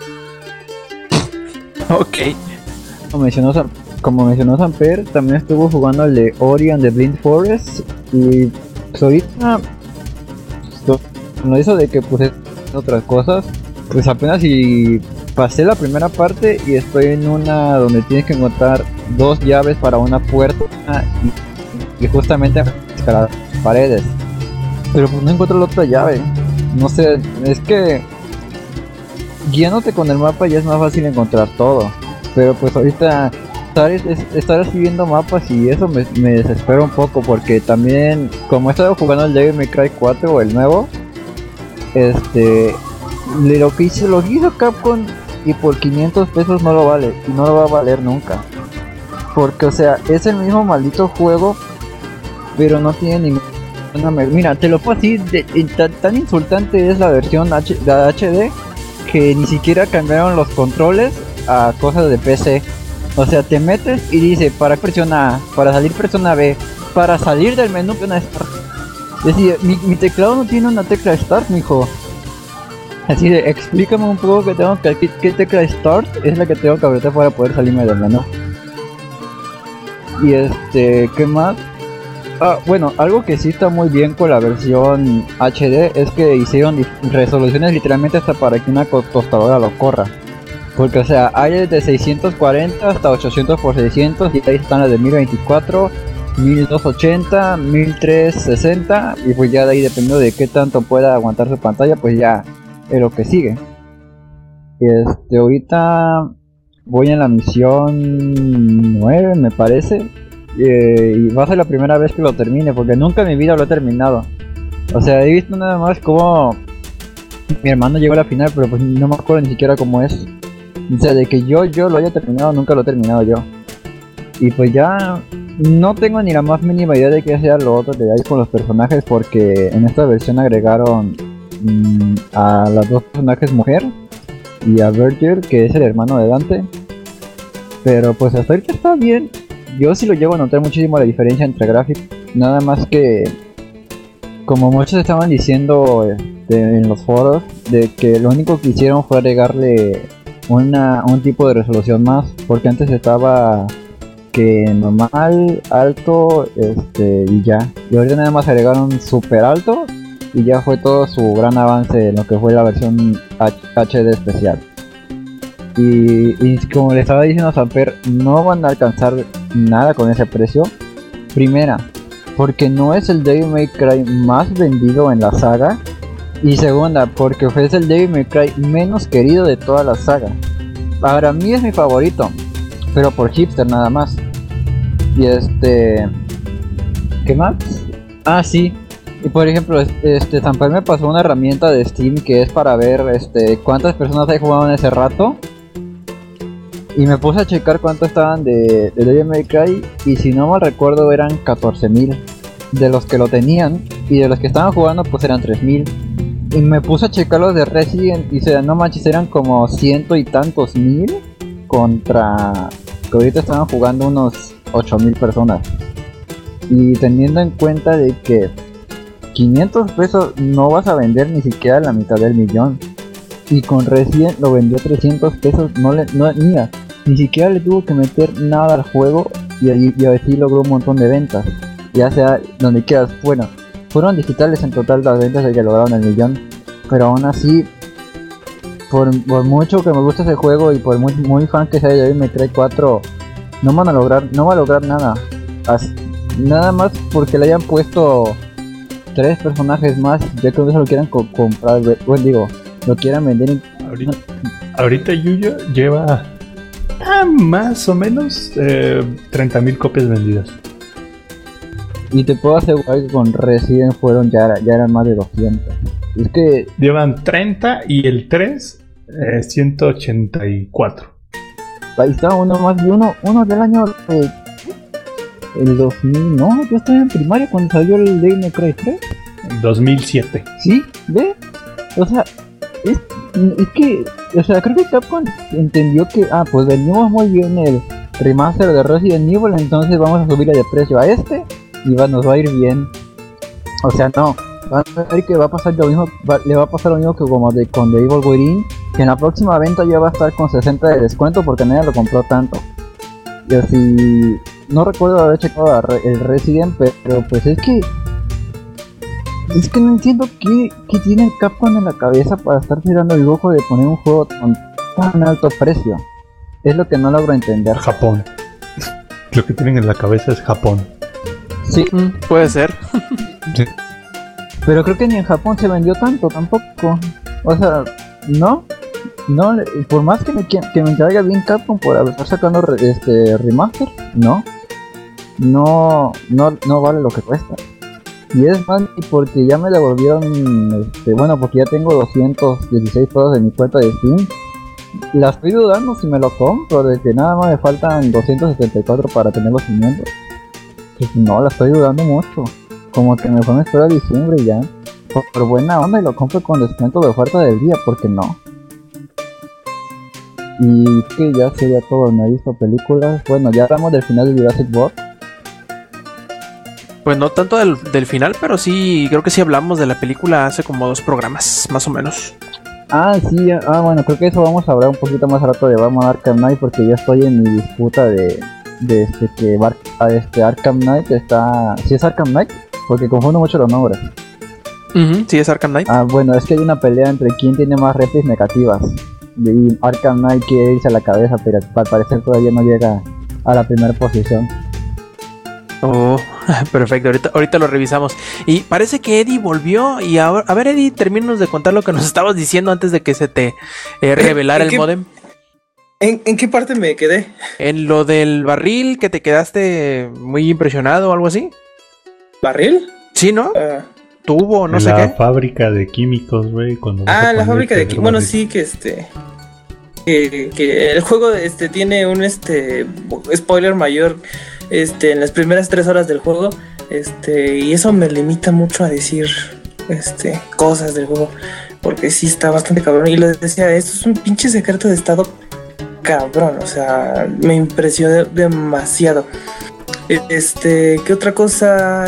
Ok. Como mencionó Samper, también estuvo jugando el de Ori and the Blind Forest. Y pues ahorita con eso de que pues otras cosas, pues apenas si pasé la primera parte y estoy en una donde tienes que encontrar 2 llaves para una puerta y justamente escalar paredes. Pero pues no encuentro la otra llave. No sé, es que guiándote con el mapa ya es más fácil encontrar todo. Pero pues ahorita estar así viendo mapas y eso me desespera un poco, porque también como he estado jugando el Devil May Cry 4 o el nuevo, lo que hizo Capcom y por 500 pesos no lo vale y no lo va a valer nunca, porque o sea es el mismo maldito juego pero no tiene ninguna mira, te lo puedo decir, tan insultante es la versión HD que ni siquiera cambiaron los controles a cosas de PC. O sea, te metes y dice para presiona A, para salir presiona B, para salir del menú presiona Start. Es decir, mi teclado no tiene una tecla Start, mijo. Así de, explícame un poco qué tecla Start es la que tengo que apretar para poder salirme del menú. Y ¿qué más? Bueno, algo que sí está muy bien con la versión HD es que hicieron resoluciones literalmente hasta para que una tostadora lo corra. Porque o sea, hay desde 640 hasta 800x600 y ahí están las de 1024, 1280, 1360 y pues ya de ahí dependiendo de qué tanto pueda aguantar su pantalla, pues ya es lo que sigue. Ahorita voy en la misión 9, me parece. Y va a ser la primera vez que lo termine, porque nunca en mi vida lo he terminado. O sea, he visto nada más como mi hermano llegó a la final, pero pues no me acuerdo ni siquiera cómo es. O sea, de que yo lo haya terminado, nunca lo he terminado yo. Y pues ya no tengo ni la más mínima idea de qué sea lo otro que hay con los personajes, porque en esta versión agregaron a las dos personajes mujer y a Virgil, que es el hermano de Dante. Pero pues hasta ahorita está bien. Yo sí lo llevo a notar muchísimo la diferencia entre gráficos. Nada más que, como muchos estaban diciendo en los foros, de que lo único que hicieron fue agregarle un tipo de resolución más, porque antes estaba que normal, alto, y ya. Y ahorita nada más agregaron super alto y ya fue todo su gran avance en lo que fue la versión HD especial. Y como le estaba diciendo a Samper, no van a alcanzar nada con ese precio. Primera, porque no es el Devil May Cry más vendido en la saga. Y segunda, porque es el Devil May Cry menos querido de toda la saga. Para mí es mi favorito, pero por hipster nada más. Y ¿qué más? Ah, sí. Y por ejemplo, Samper me pasó una herramienta de Steam que es para ver cuántas personas hay jugado en ese rato. Y me puse a checar cuánto estaban de Devil May Cry, y si no mal recuerdo eran 14,000 de los que lo tenían, y de los que estaban jugando pues eran 3,000. Y me puse a checar los de Resident y no manches, eran como 100 y tantos mil contra que ahorita estaban jugando unos 8,000 personas. Y teniendo en cuenta de que 500 pesos no vas a vender ni siquiera la mitad del millón. Y con Resident lo vendió 300 pesos, mira, ni siquiera le tuvo que meter nada al juego y así logró un montón de ventas. Ya sea donde quieras, bueno, fueron digitales en total las ventas de que lograron el millón. Pero aún así, por mucho que me guste ese juego y por muy fan que sea de Devil May Cry 4, no va a lograr nada. Nada más porque le hayan puesto 3 personajes más, ya que eso lo quieran comprar, pues digo, lo quieran vender. Ahorita Yuyo lleva más o menos 30,000 copias vendidas. Y te puedo asegurar que con Resident ya eran más de 200. Es que llevan 30 y el 3 184. Ahí está uno más de uno del año el 2000, no, yo estaba en primaria cuando salió el Devil May Cry 3. 2007. Sí, ¿ve? O sea, es que, o sea, creo que Capcom entendió que, pues venimos muy bien el remaster de Resident Evil, entonces vamos a subirle de precio a y nos va a ir bien. O sea, no, van a ver que va a pasar lo mismo, le va a pasar lo mismo que como con The Evil Within, que en la próxima venta ya va a estar con 60 de descuento porque nadie lo compró tanto. Y así, no recuerdo haber checado el Resident, pero pues es que no entiendo qué tiene el Capcom en la cabeza para estar tirando el lujo de poner un juego con tan alto precio. Es lo que no logro entender. Japón. Lo que tienen en la cabeza es Japón. Sí, puede ser. Sí. Pero creo que ni en Japón se vendió tanto tampoco. O sea, no, por más que me caiga bien Capcom por estar sacando remaster, no vale lo que cuesta. Y es más porque ya me devolvieron, porque ya tengo 216 pesos en mi cuenta de Steam. La estoy dudando si me lo compro, de que nada más me faltan 274 para tener los 500. Pues no, la estoy dudando mucho. Como que me fue a esperar a diciembre ya. Por buena onda y lo compro con descuento de oferta del día, porque no. Y que ya sería todo, no he visto películas. Bueno, ya hablamos del final de Jurassic World. Pues no tanto del final, pero sí, creo que sí hablamos de la película hace como 2 programas, más o menos. Sí, bueno, creo que eso vamos a hablar un poquito más al rato de Batman Arkham Knight, porque ya estoy en mi disputa de que Arkham Knight está... ¿Sí es Arkham Knight? Porque confundo mucho los nombres. Sí, es Arkham Knight. Bueno, es que hay una pelea entre quién tiene más replis negativas. Y Arkham Knight quiere irse a la cabeza, pero al parecer todavía no llega a la primera posición. Oh, perfecto, ahorita lo revisamos. Y parece que Eddie volvió. Y ahora, a ver, Eddie, termínanos de contar lo que nos estabas diciendo antes de que se te revelara el modem. ¿En qué parte me quedé? En lo del barril, que te quedaste muy impresionado o algo así. ¿Barril? Sí, ¿no? Tubo, no sé qué. La fábrica de químicos, güey. La fábrica de químicos. Bueno, sí, que que el juego tiene un spoiler mayor en las primeras 3 horas del juego. Y eso me limita mucho a decir cosas del juego. Porque sí está bastante cabrón. Y lo decía, esto es un pinche secreto de estado cabrón. O sea, me impresionó demasiado. ¿Qué otra cosa?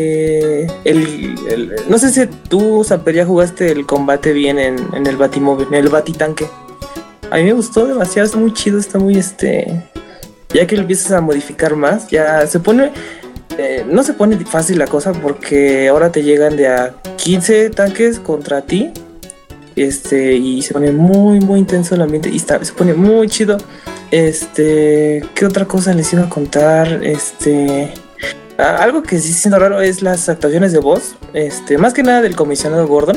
No sé si tú, Samper, ya jugaste el combate bien en el Batimóvil, en el Batitanque. A mí me gustó demasiado, está muy chido, está muy ya que lo empiezas a modificar más, ya se pone... no se pone fácil la cosa porque ahora te llegan de a 15 tanques contra ti. Y se pone muy muy intenso el ambiente y se pone muy chido. ¿Qué otra cosa les iba a contar? Algo que sí siendo raro es las actuaciones de voz. Más que nada del comisionado Gordon.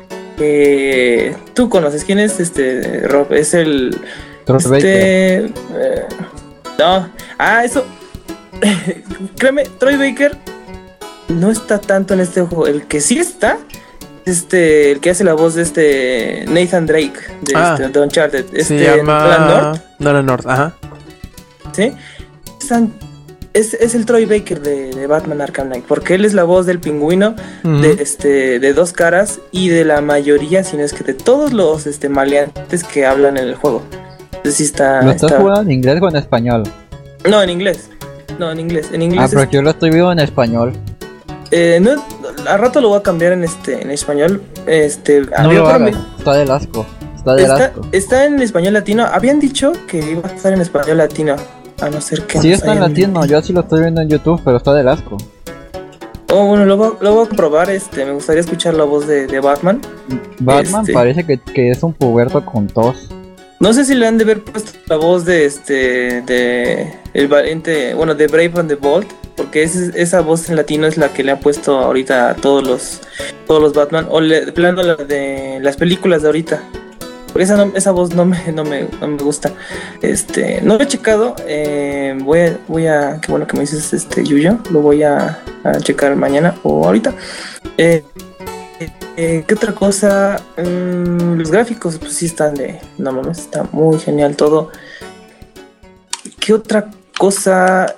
Tú conoces quién es, Rob, es el... no, eso. Créeme, Troy Baker no está tanto en este juego. El que sí está, el que hace la voz de Nathan Drake de Uncharted, se llama Nolan North, ajá. Sí, es el Troy Baker de Batman Arkham Knight, porque él es la voz del pingüino, de Dos Caras y de la mayoría, si no es que de todos los maleantes que hablan en el juego. Entonces sí está. ¿Lo estás jugando en inglés o en español? No, en inglés. En inglés. Pero yo lo estoy viendo en español. No, a rato lo voy a cambiar en español. No lo hagas, está del asco. Está en español latino. Habían dicho que iba a estar en español latino, a no ser que... Sí, está en latino, yo sí lo estoy viendo en YouTube, pero está del asco. Oh, bueno, lo voy a comprobar. Me gustaría escuchar la voz de Batman. Batman parece que es un puberto con tos. No sé si le han de haber puesto la voz de el valiente, bueno, de Brave and the Bold, porque esa voz en latino es la que le han puesto ahorita a todos los Batman, o de plano la de las películas de ahorita. Porque esa voz no me gusta. No lo he checado. Voy a qué bueno que me dices Yuyo, lo voy a checar mañana o ahorita. ¿Qué otra cosa? Los gráficos pues sí están no mames, está muy genial todo. ¿Qué otra cosa?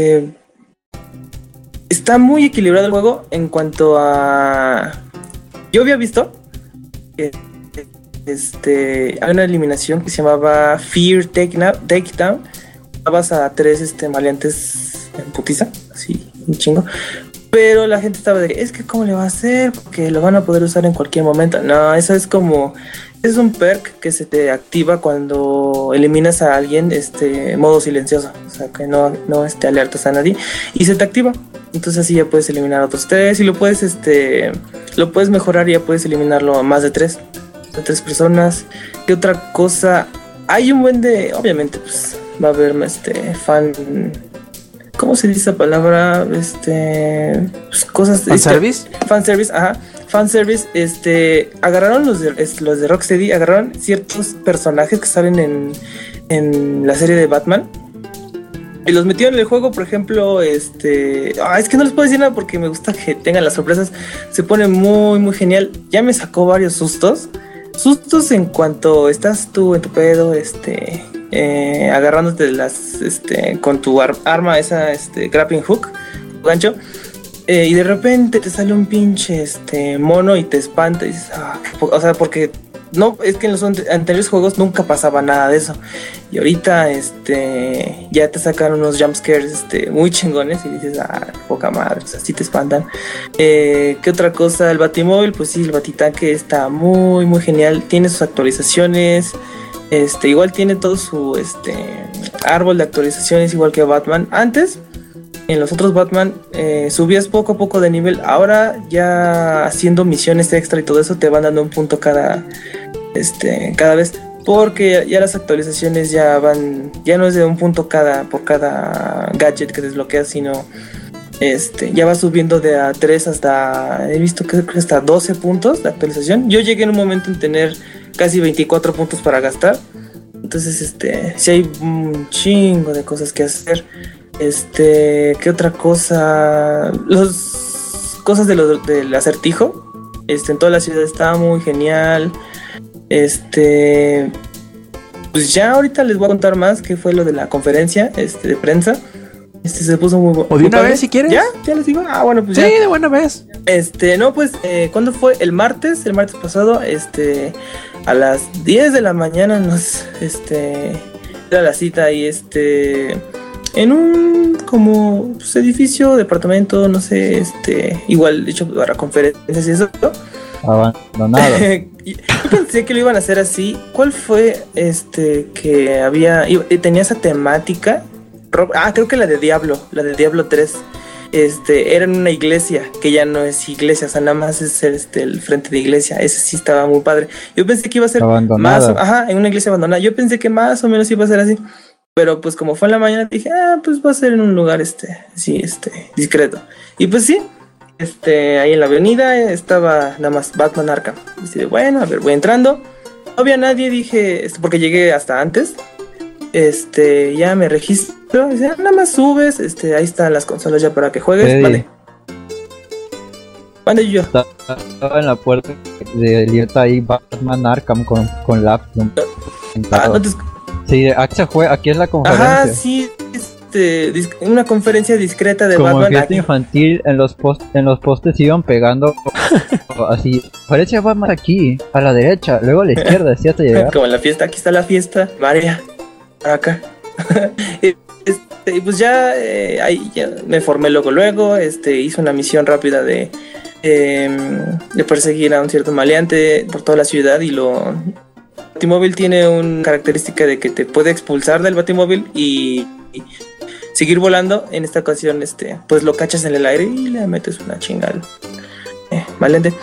Está muy equilibrado el juego en cuanto a... Yo había visto que hay una eliminación que se llamaba Fear Takedown. Vas a 3 maleantes en putiza, así, un chingo. Pero la gente estaba es que ¿cómo le va a hacer? Porque lo van a poder usar en cualquier momento. No, eso es como... Es un perk que se te activa cuando eliminas a alguien, modo silencioso. O sea, que no alertas a nadie. Y se te activa. Entonces así ya puedes eliminar a otros 3. Y lo puedes mejorar y ya puedes eliminarlo a más de 3. De 3 personas. ¿Qué otra cosa? Hay un buen de... Obviamente, pues, va a haber fan... ¿Cómo se dice esa palabra? Pues, cosas... ¿Fanservice? Fanservice, ajá. Fanservice, agarraron los de Rocksteady, agarraron ciertos personajes que salen en la serie de Batman y los metieron en el juego. Por ejemplo, es que no les puedo decir nada porque me gusta que tengan las sorpresas. Se pone muy, muy genial. Ya me sacó varios sustos en cuanto estás tú en tu pedo, agarrándote con tu arma, esa grappling hook, tu gancho, y de repente te sale un pinche mono y te espanta y dices, o sea, porque no, es que en los anteriores juegos nunca pasaba nada de eso, y ahorita ya te sacan unos jumpscares muy chingones y dices, poca madre, o sea, sí te espantan. ¿Qué otra cosa? El Batimóvil, pues sí, el Batitanque está muy muy genial, tiene sus actualizaciones. Igual tiene todo su árbol de actualizaciones, igual que Batman. Antes, en los otros Batman, subías poco a poco de nivel. Ahora, ya haciendo misiones extra y todo eso, te van dando un punto cada vez. Porque ya las actualizaciones ya no es de un punto por cada gadget que desbloqueas, sino ya va subiendo de a 3 hasta, he visto que hasta 12 puntos de actualización. Yo llegué en un momento en tener casi 24 puntos para gastar. Entonces, sí hay un chingo de cosas que hacer. ¿Qué otra cosa? Las cosas del acertijo. En toda la ciudad estaba muy genial. Pues ya ahorita les voy a contar más qué fue lo de la conferencia de prensa. Se puso muy bueno. ¿O de una vez si quieres? ¿Ya les digo? Ah, bueno, pues sí, ya. Sí, de buena vez. No, pues, ¿cuándo fue? El martes pasado, a las 10 de la mañana nos, era la cita ahí, en un, como, pues, edificio, departamento, no sé, igual, hecho para conferencias y eso, ¿no? Abandonado. Yo pensé que lo iban a hacer así. ¿Cuál fue, que había, tenía esa temática? Creo que la de Diablo 3. Era en una iglesia, que ya no es iglesia, o sea, nada más es el frente de iglesia. Ese sí estaba muy padre. Yo pensé que iba a ser abandonada. En una iglesia abandonada. Yo pensé que más o menos iba a ser así. Pero pues como fue en la mañana, dije, pues va a ser en un lugar discreto. Y pues sí, ahí en la avenida estaba nada más Batman Arkham. Y dije, bueno, a ver, voy entrando. No había nadie, dije, porque llegué hasta antes. Ya me registro, dice, nada más subes, ahí están las consolas ya para que juegues. Mande yo. Estaba en la puerta de alerta ahí Batman Arkham con laptop. Sí, aquí es la conferencia. Ajá, sí, una conferencia discreta de como Batman. Como fiesta infantil, en los postes iban pegando así. Parece Batman aquí, a la derecha, luego a la izquierda, así hasta llegar. Como en la fiesta, aquí está la fiesta, María. Acá. Y pues ya ahí ya me formé luego hice una misión rápida de perseguir a un cierto maleante por toda la ciudad. Y el Batimóvil tiene una característica de que te puede expulsar del Batimóvil y seguir volando. En esta ocasión pues lo cachas en el aire y le metes una chingada maleante.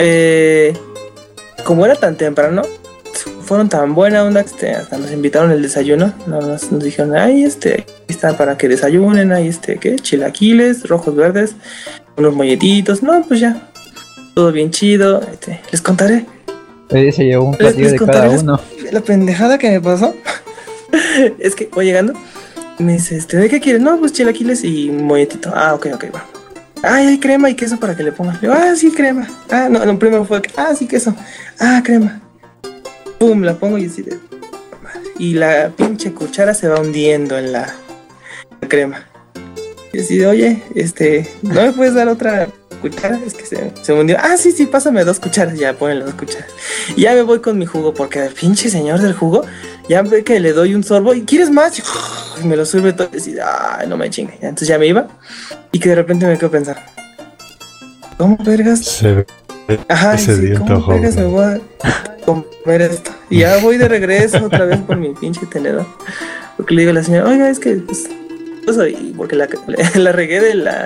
Como era tan temprano, fueron tan buena onda que hasta nos invitaron el desayuno. Nos dijeron, ahí está para que desayunen, ahí ¿qué? Chilaquiles, rojos, verdes, unos molletitos. No, pues ya, todo bien chido. Les contaré. Se llevó un platillo de cada uno. La pendejada que me pasó es que voy llegando y me dice, ¿de qué quieres? No, pues chilaquiles y molletito. Ok, va. Hay crema y queso para que le pongan. Le digo, sí, crema. No, primero fue, sí, queso. Crema. Pum, la pongo y así de... Y la pinche cuchara se va hundiendo en la crema. Y así de, oye, ¿no me puedes dar otra cuchara? Es que se hundió. Sí, pásame 2 cucharas. Ya, ponen las 2 cucharas. Y ya me voy con mi jugo, porque el pinche señor del jugo, ya ve que le doy un sorbo. ¿Y quieres más? Y me lo sirve todo. Y así, no me chingue. Entonces ya me iba. Y que de repente me quedo pensando, ¿cómo vergas? ¿Cómo vergas me voy a comer esto? Y ya voy de regreso otra vez por mi pinche tenedor, porque le digo a la señora, oiga, es que pues, porque la regué de la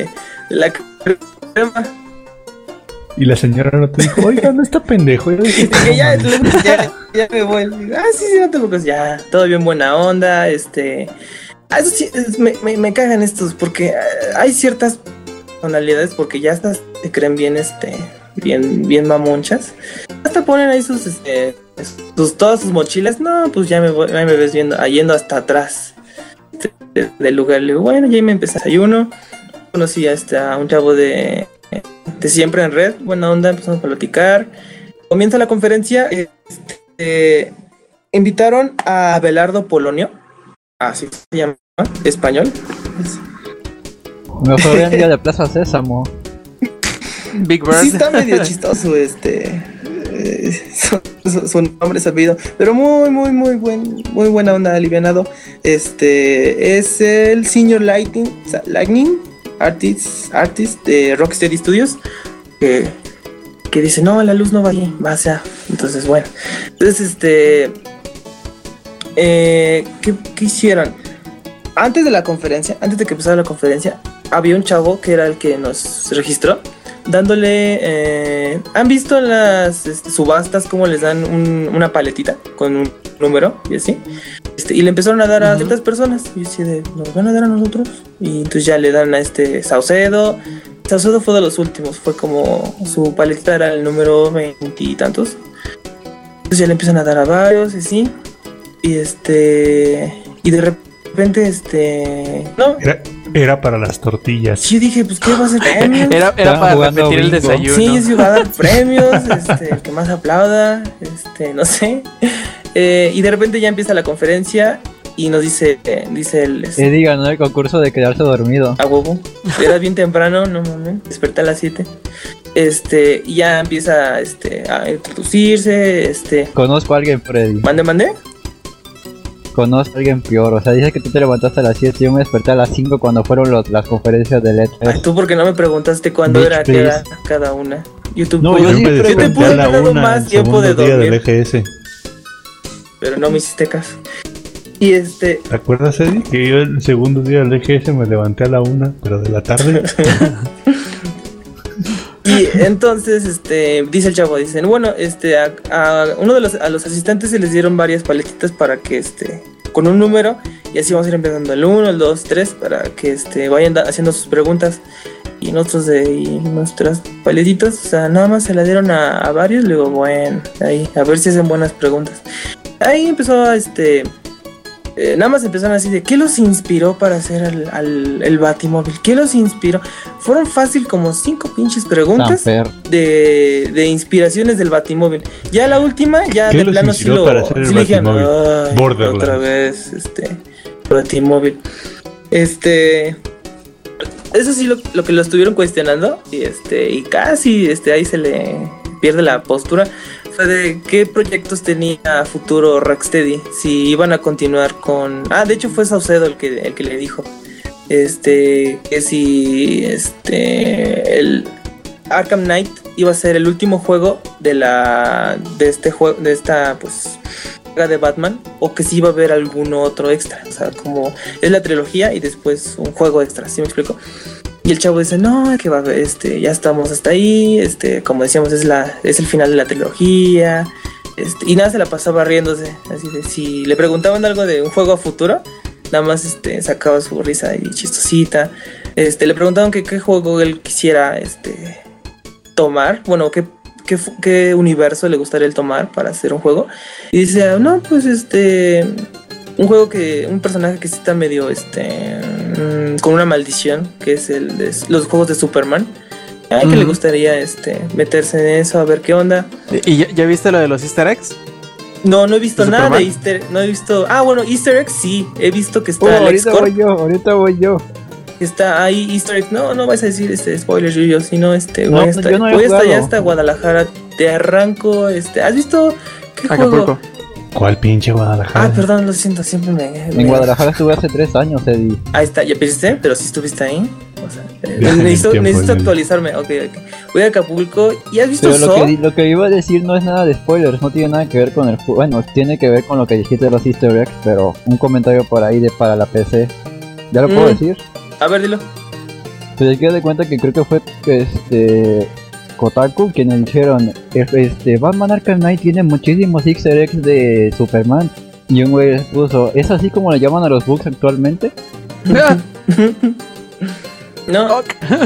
crema. Y la señora no te dijo, oiga, no está pendejo. Ya me voy. Digo, sí, no te preocupes, ya, todo bien, buena onda. Eso sí, me cagan estos, porque hay ciertas tonalidades, porque ya estas se creen bien, bien mamonchas. Hasta ponen ahí todas sus mochilas. No, pues ya me ves yendo hasta atrás del lugar. Le digo, bueno, ya me empecé desayuno. Conocí a un chavo de Siempre en Red, buena onda, empezamos a platicar. Comienza la conferencia. Invitaron a Abelardo Polonio, así se llama, español. Me fue bien día de Plaza Sésamo. Big Bird. Sí, está medio chistoso su nombre sabido, pero muy buena onda, alivianado. Es el Senior Lightning Artist de Rocksteady Studios, que dice, no, la luz no va ahí, va hacia. Entonces, bueno. Entonces, ¿qué hicieron? Antes de que empezara la conferencia, había un chavo que era el que nos registró, dándole... ¿han visto en las subastas cómo les dan una paletita con un número y así? Y le empezaron a dar a ciertas personas. Y yo así de, ¿nos van a dar a nosotros? Y entonces ya le dan a Saucedo. Saucedo fue de los últimos, fue como su paletita era el número 20 y tantos. Entonces ya le empiezan a dar a varios y así. y de repente, no. Era para las tortillas. Yo dije, pues, ¿qué va a ser premios? Era para repetir el desayuno. Sí, sí, va a dar premios, el que más aplauda, no sé. Y de repente ya empieza la conferencia y nos dice el... diga, ¿no? El concurso de quedarse dormido. A huevo. Era bien temprano, no mames. Desperté a las 7. Y ya empieza, a introducirse, Conozco a alguien, Freddy. ¿Mande? Conozco a alguien peor, o sea, dice que tú te levantaste a las 7 y yo me desperté a las 5 cuando fueron las conferencias de E3. Ay, tú porque no me preguntaste cuándo era cada una. YouTube, no, yo me desperté a la 1 más tiempo de día dormir. del EGS. Pero no me hiciste caso. Y ¿Te acuerdas, Eddie? Que yo el segundo día del EGS me levanté a la 1, pero de la tarde. Y entonces, dice el chavo, dicen, bueno, a uno de los asistentes se les dieron varias paletitas para que, con un número, y así vamos a ir empezando el 1, el 2, 3, para que, vayan haciendo sus preguntas. Y nosotros y nuestras paletitas, o sea, nada más se la dieron a varios, luego, bueno, ahí, a ver si hacen buenas preguntas. Ahí empezó, nada más empezaron así de, ¿qué los inspiró para hacer el Batimóvil? ¿Qué los inspiró? Fueron fácil como 5 pinches preguntas de inspiraciones del Batimóvil. Ya la última, ya de plano sí lo dijeron, otra vez, Batimóvil. Eso sí lo que lo estuvieron cuestionando y casi ahí se le pierde la postura. Fue de qué proyectos tenía a futuro Rocksteady, si iban a continuar con... de hecho fue Saucedo el que le dijo que si el Arkham Knight iba a ser el último juego de esta pues saga de Batman, o que si iba a haber algún otro extra, o sea, como es la trilogía y después un juego extra, ¿sí me explico? Y el chavo dice, no, que va a haber, ya estamos hasta ahí, como decíamos, es el final de la trilogía, y nada, se la pasaba riéndose, así de, si le preguntaban algo de un juego a futuro, nada más, sacaba su risa y chistosita, le preguntaban qué juego él quisiera, tomar, bueno, qué universo le gustaría él tomar para hacer un juego, y dice, no, pues, un juego un personaje que sí está medio, con una maldición, que es el de los juegos de Superman. Que le gustaría, meterse en eso, a ver qué onda. ¿Y ya viste lo de los Easter eggs? No he visto nada de Easter, no he visto... bueno, Easter eggs sí, he visto que está ahorita voy yo. Está ahí Easter eggs, no vais a decir spoilers, yo, sino voy hasta Guadalajara, te arranco, ¿has visto qué Acapulco? Juego? ¿Cuál pinche Guadalajara? Perdón, lo siento, siempre En Guadalajara estuve hace 3 años, Eddie. Ahí está, ¿ya viste? Pero sí estuviste ahí. O sea, necesito actualizarme. Ok. Voy a Acapulco y has visto Pero lo que iba a decir no es nada de spoilers, no tiene nada que ver con el juego. Bueno, tiene que ver con lo que dijiste de los Easter eggs, pero un comentario por ahí para la PC. ¿Ya lo puedo decir? A ver, dilo. Pues hay que dar cuenta que creo que fue Kotaku quienes dijeron, Batman Arkham Knight tiene muchísimos Easter eggs de Superman. Y un güey les puso, ¿es así como le llaman a los bugs actualmente? No.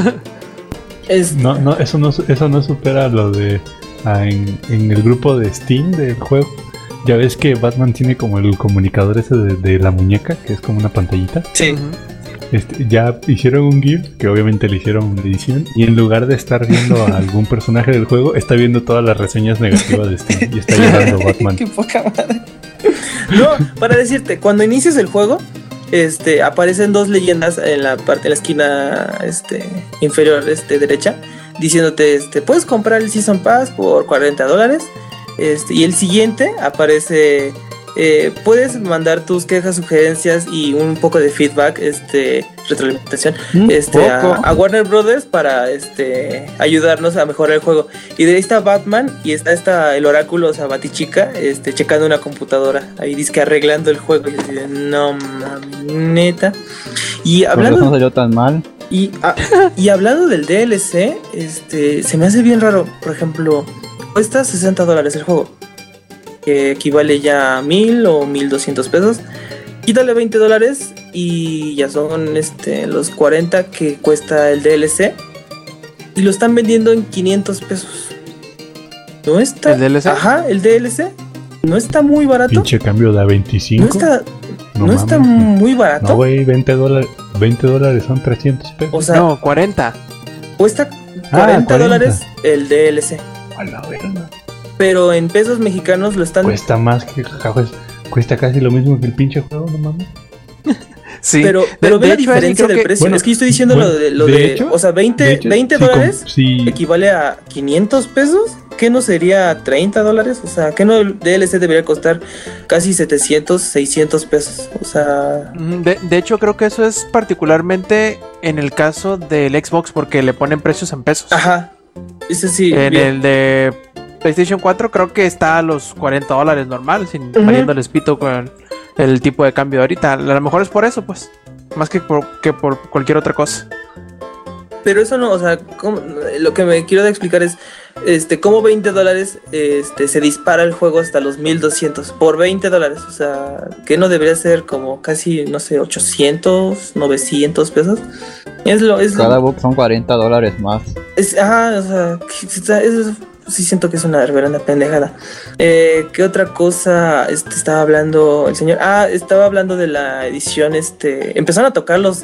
No, eso no supera lo de en el grupo de Steam del juego. Ya ves que Batman tiene como el comunicador ese de la muñeca, que es como una pantallita. Sí. Ya hicieron un GIF, que obviamente le hicieron edición, y en lugar de estar viendo a algún personaje del juego, está viendo todas las reseñas negativas de Steam y está llorando Batman. Qué poca madre. No, para decirte, cuando inicias el juego, aparecen 2 leyendas en la esquina inferior derecha, diciéndote, puedes comprar el Season Pass por $40, y el siguiente aparece... puedes mandar tus quejas, sugerencias y un poco de feedback, retroalimentación, a Warner Brothers para ayudarnos a mejorar el juego. Y de ahí está Batman y está el oráculo, o sea, Batichica, checando una computadora, ahí dice que arreglando el juego. Y así de, no mames, neta. Y hablando, no salió tan mal. Y hablando del DLC, se me hace bien raro. Por ejemplo, cuesta $60 el juego, que equivale ya a 1,000 o 1,200 pesos. Quítale $20 y ya son los 40 que cuesta el DLC, y lo están vendiendo en 500 pesos. ¿No está? ¿El DLC? Ajá, el DLC. no está muy barato. Pinche cambio de 25. No está muy barato. No, güey, $20 son 300 pesos. O sea, no, 40. Cuesta $40 el DLC. A la verga. Pero en pesos mexicanos lo están... Cuesta más que... Cuesta casi lo mismo que el pinche juego, no mames. Sí. Pero ve la diferencia del precio. Bueno, es que yo estoy diciendo lo de hecho, o sea, $20 equivale a 500 pesos. ¿Qué no sería $30? O sea, ¿qué no el DLC debería costar casi 700, 600 pesos? O sea... De hecho, creo que eso es particularmente en el caso del Xbox, porque le ponen precios en pesos. Ajá. Ese sí. En el de PlayStation 4 creo que está a los $40 normal, sin valiéndoles pito con el tipo de cambio de ahorita. A lo mejor es por eso, pues. Más que por cualquier otra cosa. Pero eso no, o sea, lo que me quiero explicar es cómo $20 se dispara el juego hasta los 1200 por $20, o sea, que no debería ser como casi, no sé, 800, 900 pesos. Cada book son $40 más. O sea, eso sí siento que es una reverenda pendejada. ¿Qué otra cosa estaba hablando el señor? Estaba hablando de la edición, empezaron a tocar los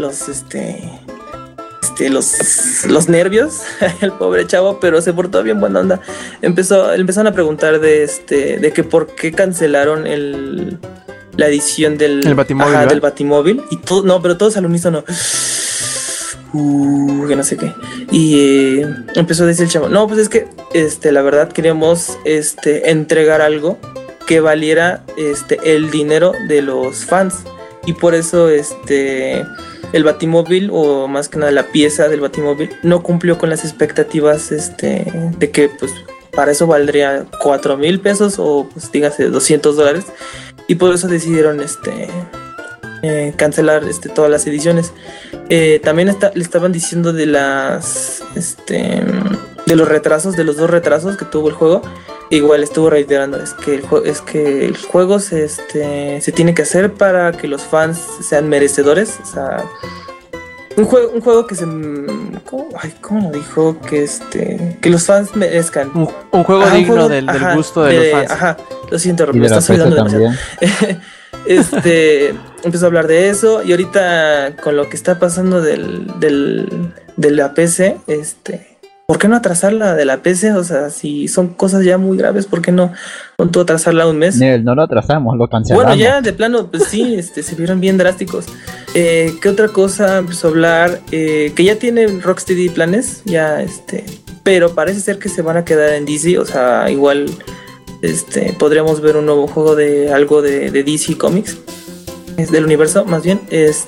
nervios el pobre chavo, pero se portó bien buena onda. Empezaron a preguntar de que por qué cancelaron la edición del Batimóvil, del Batimóvil y todo, no, pero todos al unísono que no sé qué. Y empezó a decir el chavo, no, pues es que la verdad queríamos entregar algo que valiera el dinero de los fans, y por eso el Batimóvil, o más que nada la pieza del Batimóvil, no cumplió con las expectativas de que pues para eso valdría 4,000 pesos o pues dígase $200, y por eso decidieron cancelar todas las ediciones. También le estaban diciendo de las de los retrasos, de los 2 retrasos que tuvo el juego. Igual estuvo reiterando, es que el juego se tiene que hacer para que los fans sean merecedores. O sea, un juego que se... ¿Cómo lo dijo? Que los fans merezcan. Un juego digno del gusto de los fans. Ajá, lo siento, me estás olvidando demasiado. Empezó a hablar de eso, y ahorita con lo que está pasando de la PC, ¿por qué no atrasarla de la PC? O sea, si son cosas ya muy graves, ¿por qué no tú atrasarla un mes? No lo atrasamos, lo cancelamos. Bueno, ya de plano, pues sí, se vieron bien drásticos. ¿Qué otra cosa empezó a hablar? Que ya tiene Rocksteady planes, ya pero parece ser que se van a quedar en DC. O sea, igual podríamos ver un nuevo juego de algo de DC Comics, del universo, más bien.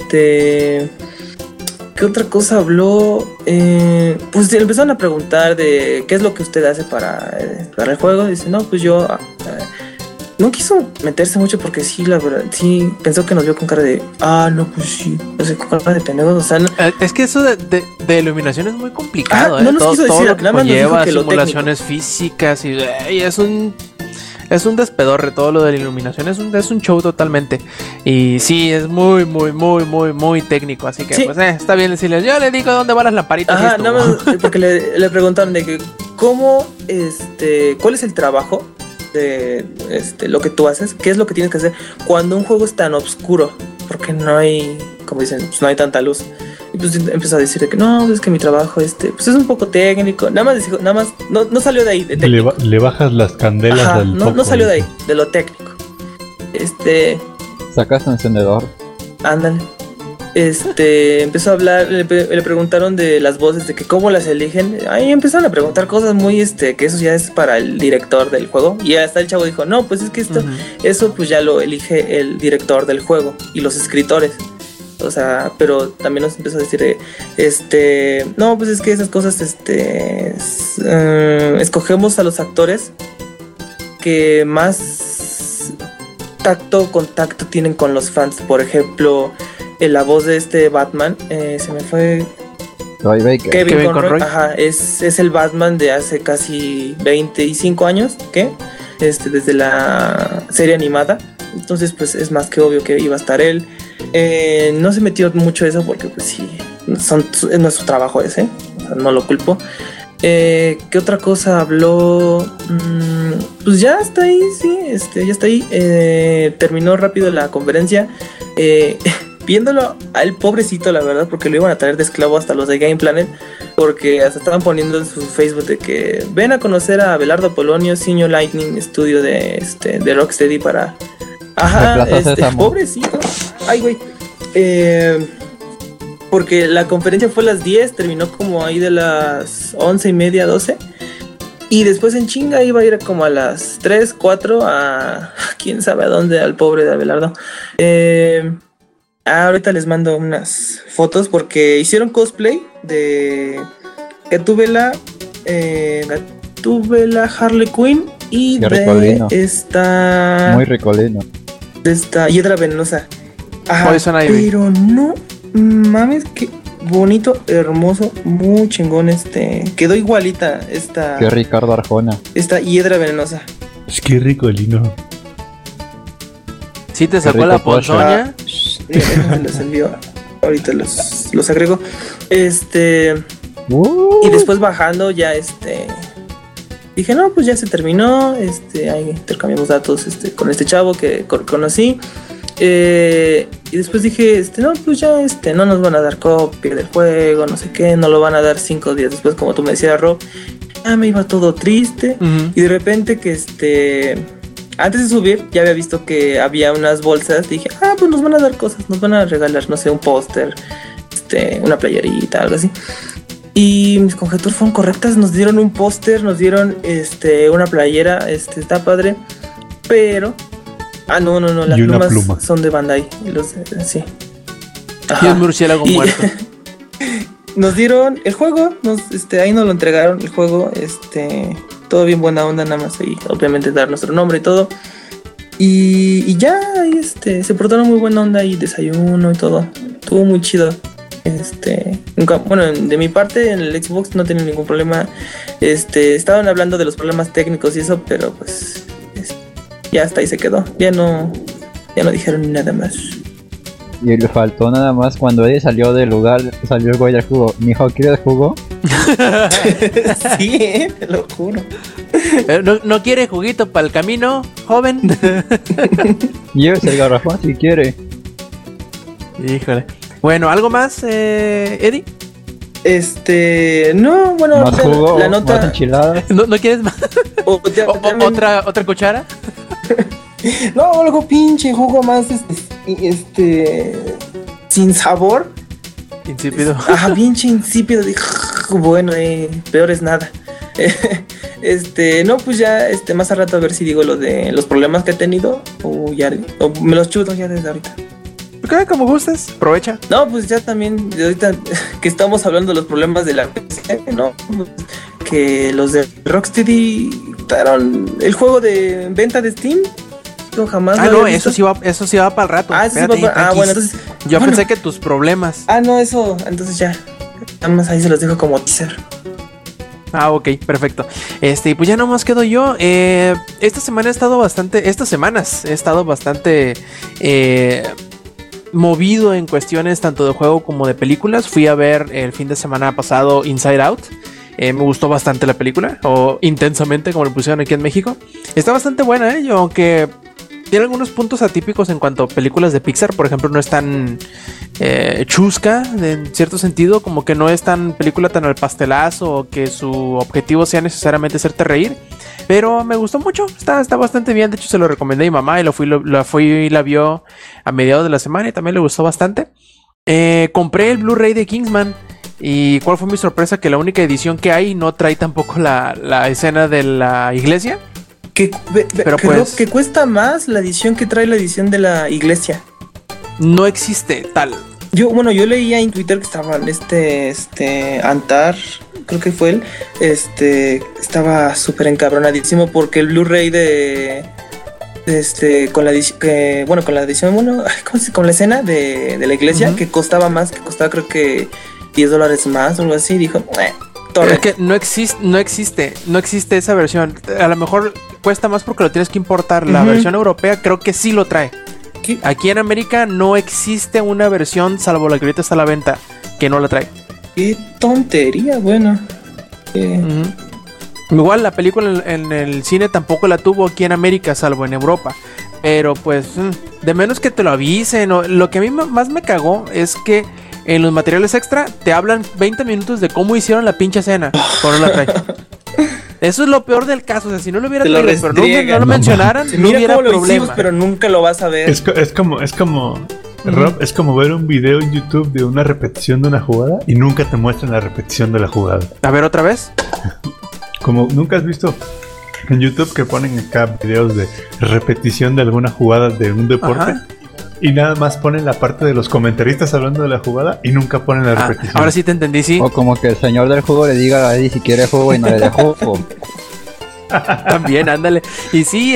¿Qué otra cosa habló? Pues empezaron a preguntar de qué es lo que usted hace para el juego. Dice, no, pues yo... no quiso meterse mucho porque sí, la verdad, sí, pensó que nos vio con cara de... no, pues sí, o sea, con cara de pendejos, o sea... No. Es que eso de iluminación es muy complicado, no nos quiso decir, todo lo que nada más nos dijo conlleva, que lo simulaciones físicas y es un despedorre. Todo lo de la iluminación es un show totalmente. Y sí, es muy, muy, muy, muy, muy técnico. Así que, sí, pues está bien decirles, yo le digo dónde van las lamparitas. Ajá, nada más porque le preguntaron de que ¿cómo, cuál es el trabajo de lo que tú haces? ¿Qué es lo que tienes que hacer cuando un juego es tan oscuro? Porque no hay, como dicen, pues no hay tanta luz. Y pues empezó a decir que no, es que mi trabajo pues es un poco técnico. Nada más no salió de ahí, de técnico. Le bajas las candelas al foco. No salió de ahí, de lo técnico. Sacas un encendedor. Ándale. Empezó a hablar, le preguntaron de las voces, de que cómo las eligen. Ahí empezaron a preguntar cosas muy, que eso ya es para el director del juego. Y hasta el chavo dijo, no, pues es que eso pues ya lo elige el director del juego y los escritores. O sea, pero también nos empezó a decir no, pues es que esas cosas escogemos a los actores que más contacto tienen con los fans. Por ejemplo, la voz de Batman, se me fue, Kevin Conroy. Ajá, es el Batman de hace casi 25 años, ¿qué? Desde la serie animada. Entonces pues es más que obvio que iba a estar él. No se metió mucho eso porque pues sí, no es su trabajo ese, o sea, no lo culpo. ¿Qué otra cosa habló? Pues ya está ahí, sí, ya está ahí. Terminó rápido la conferencia. Viéndolo al pobrecito, la verdad, porque lo iban a traer de esclavo hasta los de Game Planet, porque hasta estaban poniendo en su Facebook de que ven a conocer a Abelardo Polonio, Senior Lightning Studio de Rocksteady para... Ajá, pobrecito. Ay, güey. Porque la conferencia fue a las 10, terminó como ahí de las 11:30, 12. Y después en chinga iba a ir como a las 3, 4 a... quién sabe a dónde, al pobre de Abelardo. Ahorita les mando unas fotos porque hicieron cosplay de Gatúbela, Harley Quinn y de ricolino. esta... Muy ricolino. De esta Hiedra Venenosa. Ajá, Poison Ivy. pero no mames, qué bonito, hermoso, muy chingón quedó igualita esta... Qué Ricardo Arjona. Esta Hiedra Venenosa. Es que ricolino. Sí te sacó la ponzoña. Les envío. Ahorita los agrego. Y después bajando ya dije, no, pues ya se terminó. Ahí intercambiamos datos con este chavo que conocí. Y después dije, no, pues ya no nos van a dar copia del juego, no sé qué, no lo van a dar 5 días después, como tú me decías, Rob. Ya me iba todo triste. Y de repente que antes de subir ya había visto que había unas bolsas. Dije, pues nos van a dar cosas, nos van a regalar, no sé, un póster, una playerita, algo así. Y mis conjeturas fueron correctas, nos dieron un póster, nos dieron una playera, está padre, pero no, las plumas son de Bandai, sí. Y un murciélago muerto. Nos dieron el juego, ahí nos lo entregaron el juego, todo bien buena onda, nada más ahí, obviamente dar nuestro nombre y todo. Y ya, se portaron muy buena onda y desayuno y todo. Estuvo muy chido. Bueno, de mi parte en el Xbox no tenía ningún problema. Estaban hablando de los problemas técnicos y eso, pero pues ya hasta ahí se quedó. Ya no dijeron nada más. Y le faltó nada más cuando Eddie salió del lugar, salió el güey del jugo. Mijo, ¿quieres jugo? Sí, te lo juro. ¿No quiere juguito para el camino, joven? Llévese el garrafón si quiere. Híjole. Bueno, ¿algo más, Eddie? No, bueno, ¿Más jugo? La nota... ¿Más enchiladas? ¿No quieres más? ¿Otra cuchara? No, algo pinche jugo más, sin sabor. Insípido. Pinche insípido. Bueno, peor es nada. No, pues ya, más a rato a ver si digo lo de los problemas que he tenido o me los chuto ya desde ahorita. Ok, como gustes, aprovecha. No, pues ya también, de ahorita que estamos hablando de los problemas de la PC, ¿no? Que los de Rocksteady quitaron el juego de venta de Steam. No, jamás. Eso sí va para el rato. Eso sí va para... bueno, entonces... Yo pensé que tus problemas. No, eso, entonces ya. Nada más ahí se los dejo como teaser. Ok, perfecto. Pues ya nomás quedo yo. Estas semanas he estado bastante movido en cuestiones tanto de juego como de películas. Fui a ver el fin de semana pasado Inside Out. Me gustó bastante la película, o intensamente como lo pusieron aquí en México. Está bastante buena, aunque tiene algunos puntos atípicos en cuanto a películas de Pixar. Por ejemplo, no es tan chusca en cierto sentido, como que no es tan película tan al pastelazo, o que su objetivo sea necesariamente hacerte reír. Pero me gustó mucho, está bastante bien. De hecho, se lo recomendé a mi mamá y la vio a mediados de la semana y también le gustó bastante. Compré el Blu-ray de Kingsman. ¿Y cuál fue mi sorpresa? Que la única edición que hay no trae tampoco la escena de la iglesia. Pero pues que cuesta más la edición que trae la edición de la iglesia. No existe tal. Yo leía en Twitter que estaban Antar, creo que fue él, estaba súper encabronadísimo porque el Blu-ray con la edición, con la escena de la iglesia, que costaba más, que costaba creo que $10 más o algo así, dijo, es que no existe esa versión. A lo mejor cuesta más porque lo tienes que importar. La versión europea creo que sí lo trae. ¿Qué? Aquí en América no existe una versión, salvo la que ahorita está a la venta, que no la trae. Qué tontería, bueno. Igual la película en el cine tampoco la tuvo aquí en América, salvo en Europa. Pero pues, de menos que te lo avisen. Lo que a mí más me cagó es que en los materiales extra te hablan 20 minutos de cómo hicieron la pinche escena. Por no la trae. Eso es lo peor del caso. O sea, si no lo hubiera traído, pero no lo mencionaran, no hubiera problema. Hicimos, pero nunca lo vas a ver. Es como Rob, es como ver un video en YouTube de una repetición de una jugada y nunca te muestran la repetición de la jugada. A ver, otra vez. Como nunca has visto en YouTube que ponen acá videos de repetición de alguna jugada de un deporte. Ajá. Y nada más ponen la parte de los comentaristas hablando de la jugada y nunca ponen la repetición. Ahora sí te entendí, sí. O como que el señor del juego le diga a Eddie si quiere juego y no le dé juego. También, ándale. Y sí,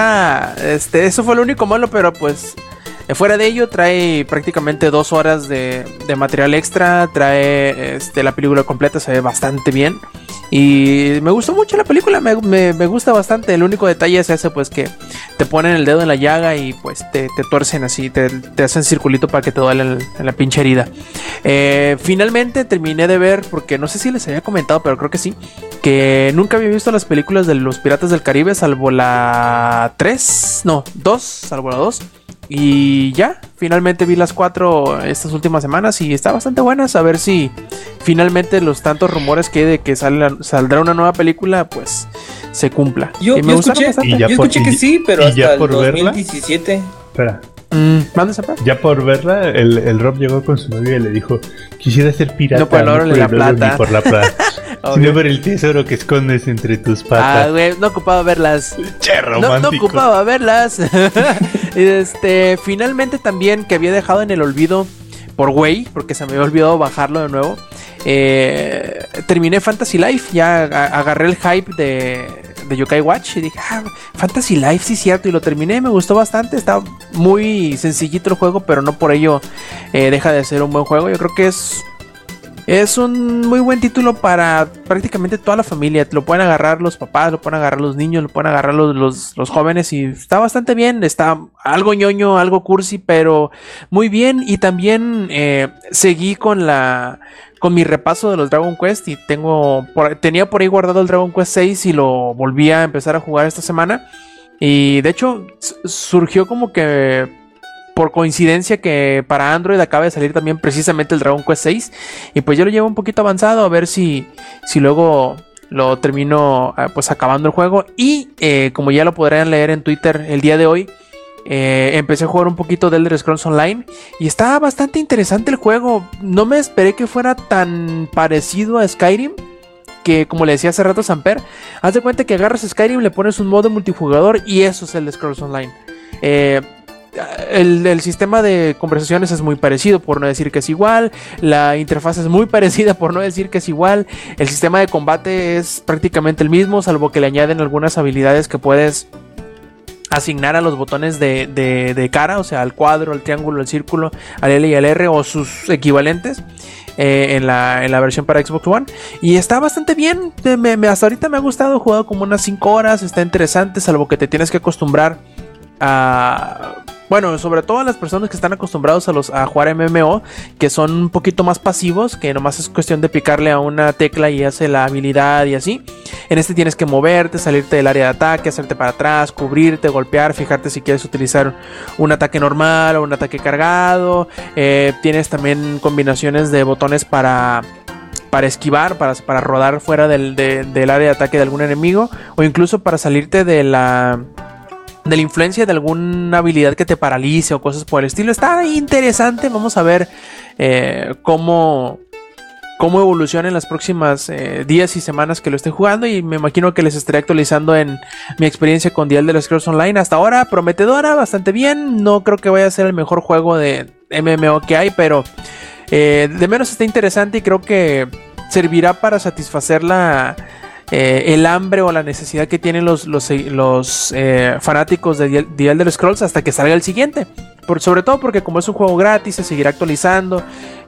eso fue lo único malo, pero pues fuera de ello trae prácticamente 2 horas de material extra. Trae la película completa, se ve bastante bien. Y me gustó mucho la película, me gusta bastante. El único detalle es ese, pues que te ponen el dedo en la llaga y pues te tuercen así, te hacen circulito para que te duele en la pinche herida. Finalmente terminé de ver, porque no sé si les había comentado, pero creo que sí, que nunca había visto las películas de los Piratas del Caribe, salvo la 2, salvo la 2. Y ya, finalmente vi las 4 estas últimas semanas y está bastante buenas. A ver si finalmente los tantos rumores que hay de que saldrá una nueva película, pues se cumpla. Yo escuché que sí, pero hasta el 2017. Espera. Ya por verla, el Rob llegó con su novia y le dijo: quisiera ser pirata, no por el oro ni la plata, ni por la plata, sino por el tesoro que escondes entre tus patas. Güey, no ocupaba verlas. Che, romántico. No ocupaba verlas. Finalmente también, que había dejado en el olvido por güey, porque se me había olvidado bajarlo de nuevo. Terminé Fantasy Life, ya agarré el hype de Yokai Watch y dije, Fantasy Life, sí, cierto, y lo terminé, me gustó bastante. Está muy sencillito el juego, pero no por ello deja de ser un buen juego. Yo creo que es un muy buen título para prácticamente toda la familia. Lo pueden agarrar los papás, lo pueden agarrar los niños, lo pueden agarrar los jóvenes, y está bastante bien. Está algo ñoño, algo cursi, pero muy bien. Y también seguí con mi repaso de los Dragon Quest, y tenía por ahí guardado el Dragon Quest 6 y lo volví a empezar a jugar esta semana. Y de hecho surgió como que por coincidencia que para Android acaba de salir también precisamente el Dragon Quest 6, y pues yo lo llevo un poquito avanzado, a ver si luego lo termino pues acabando el juego. Y como ya lo podrán leer en Twitter el día de hoy, empecé a jugar un poquito de Elder Scrolls Online y está bastante interesante el juego. No me esperé que fuera tan parecido a Skyrim, que como le decía hace rato Samper, haz de cuenta que agarras Skyrim, le pones un modo multijugador y eso es Elder Scrolls Online. El sistema de conversaciones es muy parecido, por no decir que es igual. La interfaz es muy parecida, por no decir que es igual. El sistema de combate es prácticamente el mismo, salvo que le añaden algunas habilidades que puedes asignar a los botones de cara, o sea, al cuadro, al triángulo, al círculo, al L y al R o sus equivalentes en la versión para Xbox One. Y está bastante bien, hasta ahorita me ha gustado. He jugado como unas 5 horas, está interesante, salvo que te tienes que acostumbrar bueno, sobre todo a las personas que están acostumbrados a jugar MMO, que son un poquito más pasivos, que nomás es cuestión de picarle a una tecla y hace la habilidad y así. En este tienes que moverte, salirte del área de ataque, hacerte para atrás, cubrirte, golpear, fijarte si quieres utilizar un ataque normal o un ataque cargado. Tienes también combinaciones de botones para esquivar, para rodar fuera del área de ataque de algún enemigo, o incluso para salirte de la influencia de alguna habilidad que te paralice o cosas por el estilo. Está interesante. Vamos a ver cómo evoluciona en las próximas días y semanas que lo esté jugando, y me imagino que les estaré actualizando en mi experiencia con The Elder Scrolls Online. Hasta ahora prometedora, bastante bien. No creo que vaya a ser el mejor juego de MMO que hay, pero de menos está interesante, y creo que servirá para satisfacer el hambre o la necesidad que tienen los fanáticos de The Elder Scrolls hasta que salga el siguiente. Sobre todo porque como es un juego gratis, se seguirá actualizando.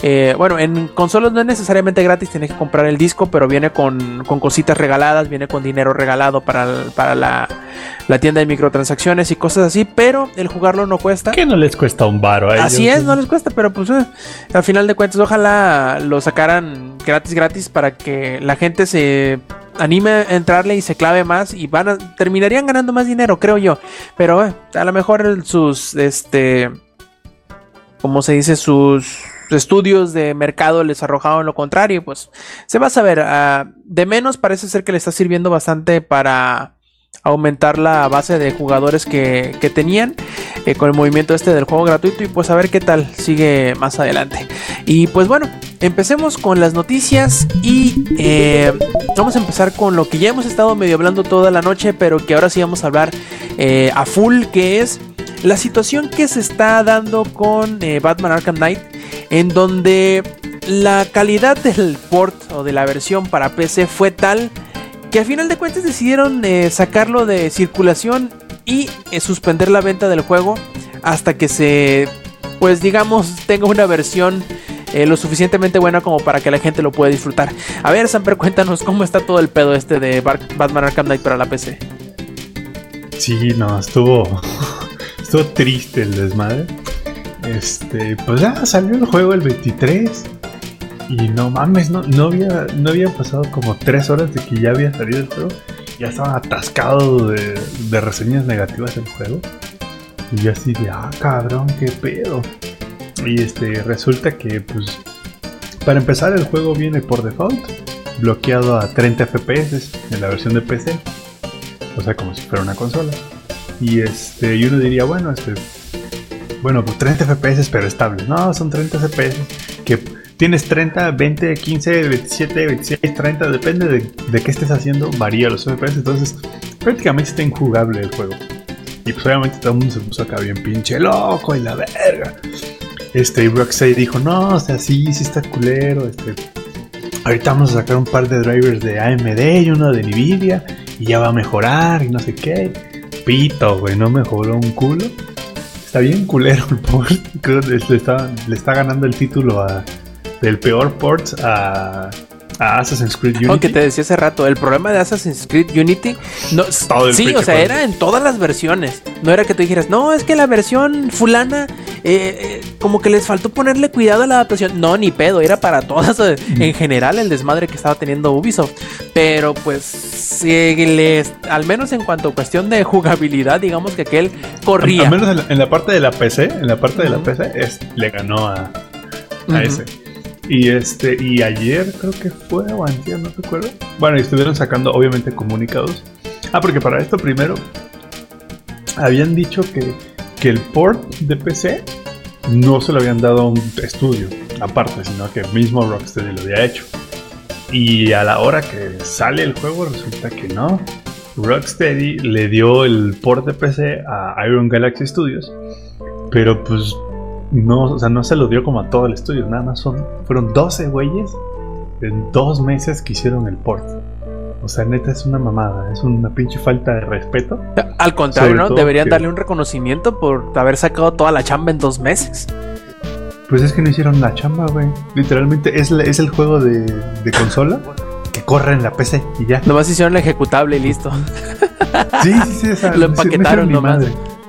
Bueno, en consolas no es necesariamente gratis, tienes que comprar el disco, pero viene con cositas regaladas, viene con dinero regalado para la tienda de microtransacciones y cosas así, pero el jugarlo no cuesta. ¿Qué no les cuesta un varo a ellos? Así es, no les cuesta, pero pues al final de cuentas ojalá lo sacaran gratis para que la gente se anime a entrarle y se clave más y terminarían ganando más dinero, creo yo. Pero a lo mejor sus ¿cómo se dice? Sus estudios de mercado les arrojaron lo contrario, pues se va a saber. De menos parece ser que le está sirviendo bastante para aumentar la base de jugadores que tenían con el movimiento del juego gratuito, y pues a ver qué tal sigue más adelante. Y pues bueno, empecemos con las noticias y vamos a empezar con lo que ya hemos estado medio hablando toda la noche, pero que ahora sí vamos a hablar a full, que es la situación que se está dando con Batman Arkham Knight, en donde la calidad del port o de la versión para PC fue tal que al final de cuentas decidieron sacarlo de circulación y suspender la venta del juego hasta que se, pues digamos, tenga una versión lo suficientemente buena como para que la gente lo pueda disfrutar. A ver, Samper, cuéntanos cómo está todo el pedo de Batman Arkham Knight para la PC. Sí, no, estuvo triste el desmadre. Pues ya salió el juego el 23 y no mames, no había pasado como 3 horas de que ya había salido el juego. Ya estaba atascado de reseñas negativas del juego. Y yo así de, cabrón, qué pedo. Y resulta que, pues, para empezar, el juego viene por default bloqueado a 30 FPS en la versión de PC. O sea, como si fuera una consola. Y uno diría, bueno, pues 30 FPS pero estable. No, son 30 FPS que tienes 30, 20, 15, 27, 26, 30, depende de qué estés haciendo, varía los FPS. Entonces, prácticamente está injugable el juego. Y pues obviamente todo el mundo se puso acá bien pinche loco y la verga. Y Rocksteady dijo, no, o sea, sí está culero. Ahorita vamos a sacar un par de drivers de AMD y uno de Nvidia y ya va a mejorar y no sé qué. Pito, güey, no mejoró un culo. Está bien culero el port. Creo que le está ganando el título del peor port a Assassin's Creed Unity. Aunque te decía hace rato, el problema de Assassin's Creed Unity no, sí, o sea, era en todas las versiones. No era que tú dijeras, no, es que la versión fulana como que les faltó ponerle cuidado a la adaptación. No, ni pedo, era para todas en general el desmadre que estaba teniendo Ubisoft. Pero pues al menos en cuanto a cuestión de jugabilidad, digamos que aquel corría. Al menos en la parte de la PC, le ganó a ese. Y ayer creo que fue o antier, no recuerdo. Bueno, y estuvieron sacando obviamente comunicados. Porque para esto primero habían dicho que el port de PC no se lo habían dado a un estudio aparte, sino que el mismo Rocksteady lo había hecho. Y a la hora que sale el juego resulta que no. Rocksteady le dio el port de PC a Iron Galaxy Studios, pero pues no, o sea, no se lo dio como a todo el estudio, nada más fueron 12 güeyes en 2 meses que hicieron el port. O sea, neta es una mamada, es una pinche falta de respeto. Al contrario, ¿no? Deberían darle un reconocimiento por haber sacado toda la chamba en 2 meses. Pues es que no hicieron la chamba, güey. Literalmente es el juego de consola que corre en la PC y ya. Nomás hicieron el ejecutable y listo. Sí, o sea, lo empaquetaron nomás.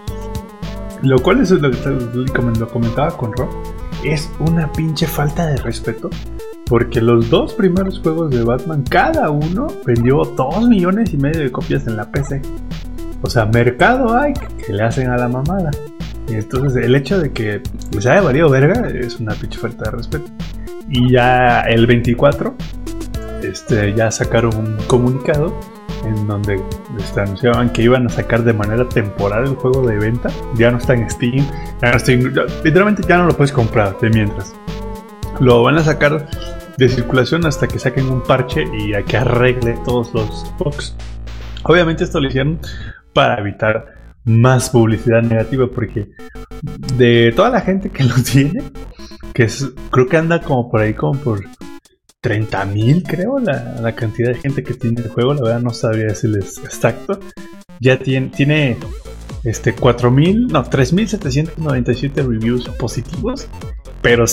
Lo cual es lo comentaba con Rob. Es una pinche falta de respeto. Porque los 2 primeros juegos de Batman, cada uno vendió 2,5 millones de copias en la PC. O sea, mercado hay que le hacen a la mamada. Y entonces el hecho de que les haya valido verga es una pinche falta de respeto. Y ya el 24 ya sacaron un comunicado en donde anunciaban que iban a sacar de manera temporal el juego de venta. Ya no está en Steam, literalmente ya no lo puedes comprar de mientras. Lo van a sacar de circulación hasta que saquen un parche y a que arregle todos los bugs. Obviamente esto lo hicieron para evitar más publicidad negativa, porque de toda la gente que lo tiene, creo que anda como por ahí como por 30,000, creo, la cantidad de gente que tiene el juego. La verdad no sabría decirles exacto. Ya tiene 3,797 reviews positivos pero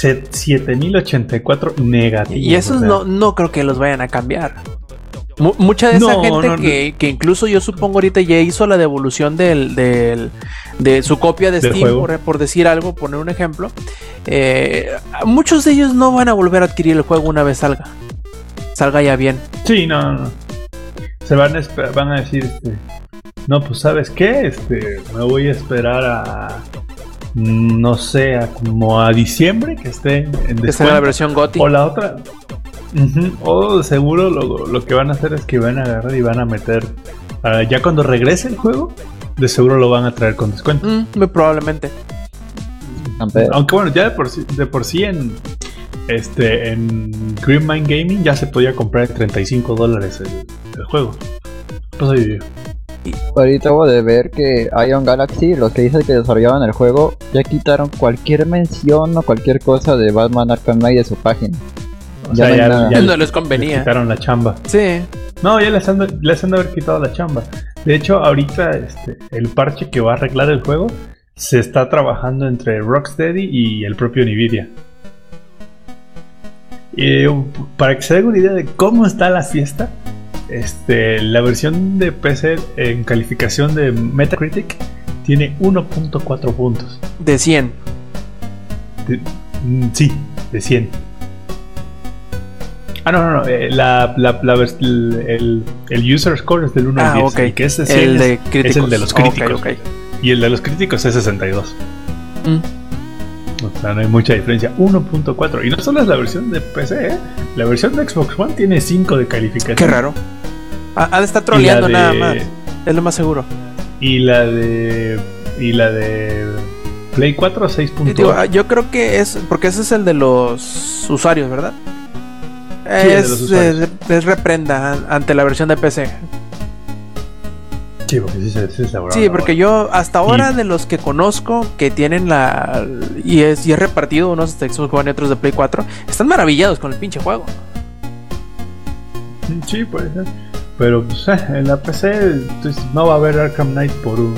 7084 negativos. Y esos no creo que los vayan a cambiar. Mucha de esa gente que incluso yo supongo ahorita ya hizo la devolución de su copia de Steam, por decir algo, poner un ejemplo, muchos de ellos no van a volver a adquirir el juego una vez salga ya bien. Sí, no. Se van a decir, no, pues ¿sabes qué? Me voy a esperar a, no sé, como a diciembre que esté en descuento. Que sea la versión GOTY. O la otra. O seguro lo que van a hacer es que van a agarrar y van a meter, ya cuando regrese el juego, de seguro lo van a traer con descuento. Muy probablemente. Aunque bueno, ya de por sí en Green Mind Gaming ya se podía comprar $35 el juego. Pues ahí ahorita acabo de ver que Ion Galaxy, los que dicen que desarrollaban el juego, ya quitaron cualquier mención o cualquier cosa de Batman Arkham Knight de su página. O sea, ya no les convenía. Les quitaron la chamba. Sí. No, ya les han de haber quitado la chamba. De hecho, ahorita el parche que va a arreglar el juego se está trabajando entre Rocksteady y el propio Nvidia. Para que se den una idea de cómo está la fiesta, la versión de PC en calificación de Metacritic tiene 1.4 puntos. De 100. Sí, de 100. No. El user score es del 1 al 10. Okay. Que es de 100 es el de los críticos. Okay. Y el de los críticos es 62. O sea, no hay mucha diferencia. 1.4. Y no solo es la versión de PC, la versión de Xbox One tiene 5 de calificación. Qué raro. Ha de estar troleando nada más. Es lo más seguro. Y la de Play 4 6.2. Yo creo que es porque ese es el de los usuarios, ¿verdad? Sí, es reprenda ante la versión de PC. Sí, porque sí, porque yo hasta ahora de los que conozco que tienen y es repartido, unos de Xbox One y otros de Play 4, están maravillados con el pinche juego. Sí, puede ser. Pero pues, en la PC no va a haber Arkham Knight por un...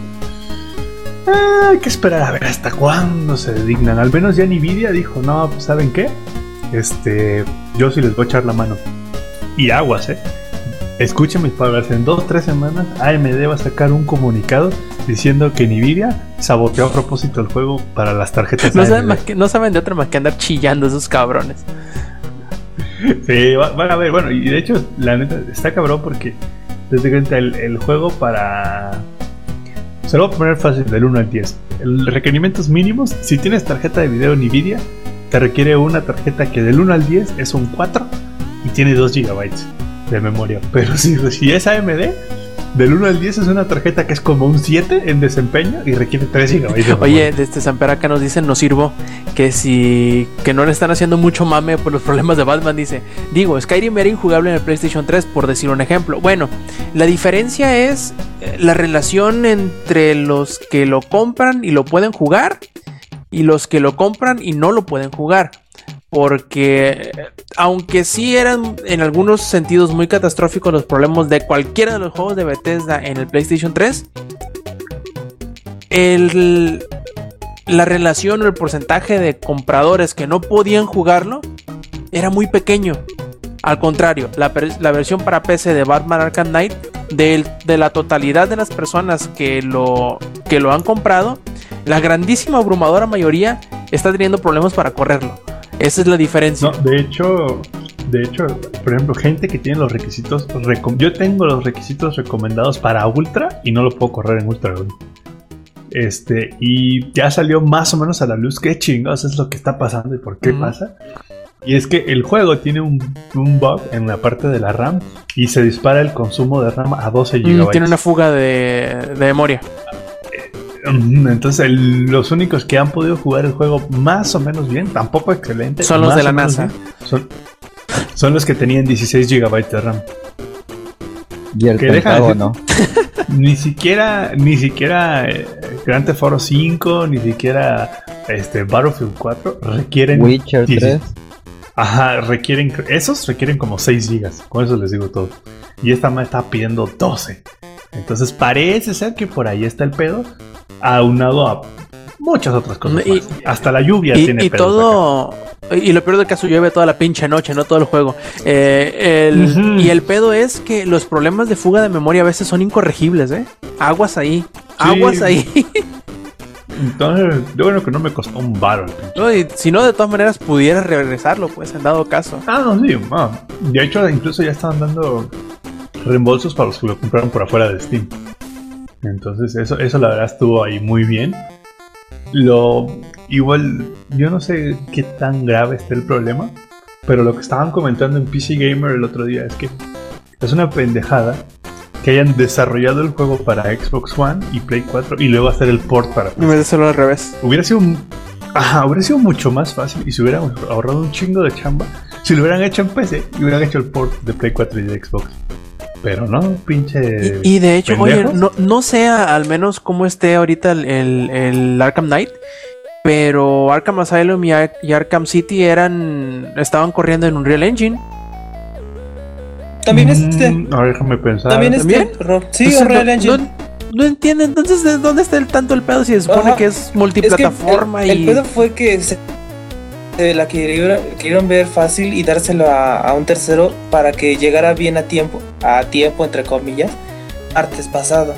hay que esperar a ver hasta cuándo se dignan. Al menos ya Nvidia dijo, no, pues, ¿saben qué? Yo sí les voy a echar la mano. Y aguas, escuchen mis palabras, en 2-3 semanas AMD va a sacar un comunicado diciendo que Nvidia saboteó a propósito el juego para las tarjetas AMD. No saben de otra más que andar chillando esos cabrones. Sí, van a ver, bueno, y de hecho la neta está cabrón porque desde que el juego se lo voy a poner fácil, del 1 al 10. Los requerimientos mínimos, si tienes tarjeta de video Nvidia, te requiere una tarjeta que del 1 al 10 es un 4 y tiene 2 GB de memoria. Pero si es AMD, del 1 al 10 es una tarjeta que es como un 7 en desempeño y requiere 3 GB de memoria. Oye, desde Samper acá nos dicen, nos sirvo, que no le están haciendo mucho mame por los problemas de Batman. Digo, Skyrim era injugable en el PlayStation 3, por decir un ejemplo. Bueno, la diferencia es la relación entre los que lo compran y lo pueden jugar y los que lo compran y no lo pueden jugar. Porque aunque sí eran en algunos sentidos muy catastróficos los problemas de cualquiera de los juegos de Bethesda en el PlayStation 3, la relación o el porcentaje de compradores que no podían jugarlo era muy pequeño. Al contrario, la versión para PC de Batman Arkham Knight, de la totalidad de las personas que lo han comprado, la grandísima abrumadora mayoría está teniendo problemas para correrlo. Esa es la diferencia. No, de hecho, por ejemplo, gente que tiene los requisitos, yo tengo los requisitos recomendados para Ultra y no lo puedo correr en Ultra, güey. Y ya salió más o menos a la luz qué chingados es lo que está pasando y por qué pasa. Y es que el juego tiene un bug en la parte de la RAM y se dispara el consumo de RAM a 12 GB. Tiene una fuga de memoria. Entonces los únicos que han podido jugar el juego más o menos bien, tampoco excelente, son los de la NASA. Son los que tenían 16 GB de RAM. Y el Pentágono. Ni siquiera Grand Theft Auto 5, ni siquiera Battlefield 4 requieren Witcher 3. Ajá, esos requieren como 6 GB. Con eso les digo todo. Y esta me está pidiendo 12. Entonces parece ser que por ahí está el pedo. Aunado a muchas otras cosas más. Hasta la lluvia tiene pedos todo acá. Y lo peor del caso, llueve toda la pinche noche, no todo el juego. Y el pedo es que los problemas de fuga de memoria a veces son incorregibles, Aguas ahí. Entonces, bueno que no me costó un baro. No, y si no, de todas maneras pudieras regresarlo, pues, en dado caso. Sí. De hecho, incluso ya estaban dando reembolsos para los que lo compraron por afuera de Steam. Entonces, eso la verdad estuvo ahí muy bien. Igual, yo no sé qué tan grave está el problema, pero lo que estaban comentando en PC Gamer el otro día es que es una pendejada que hayan desarrollado el juego para Xbox One y Play 4 y luego hacer el port para PC. En vez de hacerlo al revés. Hubiera sido mucho más fácil y se hubiera ahorrado un chingo de chamba si lo hubieran hecho en PC y hubieran hecho el port de Play 4 y de Xbox. Pero no, pinche... Y de hecho, pendejos. oye, no sé al menos cómo esté ahorita el Arkham Knight, pero Arkham Asylum y Arkham City estaban corriendo en Unreal Engine. También A ver, déjame pensar. También sí, Entonces, Unreal Engine. No entiendo, entonces, ¿de dónde está tanto el pedo si se supone que es multiplataforma? El pedo fue que la querían ver fácil y dárselo a un tercero para que llegara bien a tiempo entre comillas, martes pasado.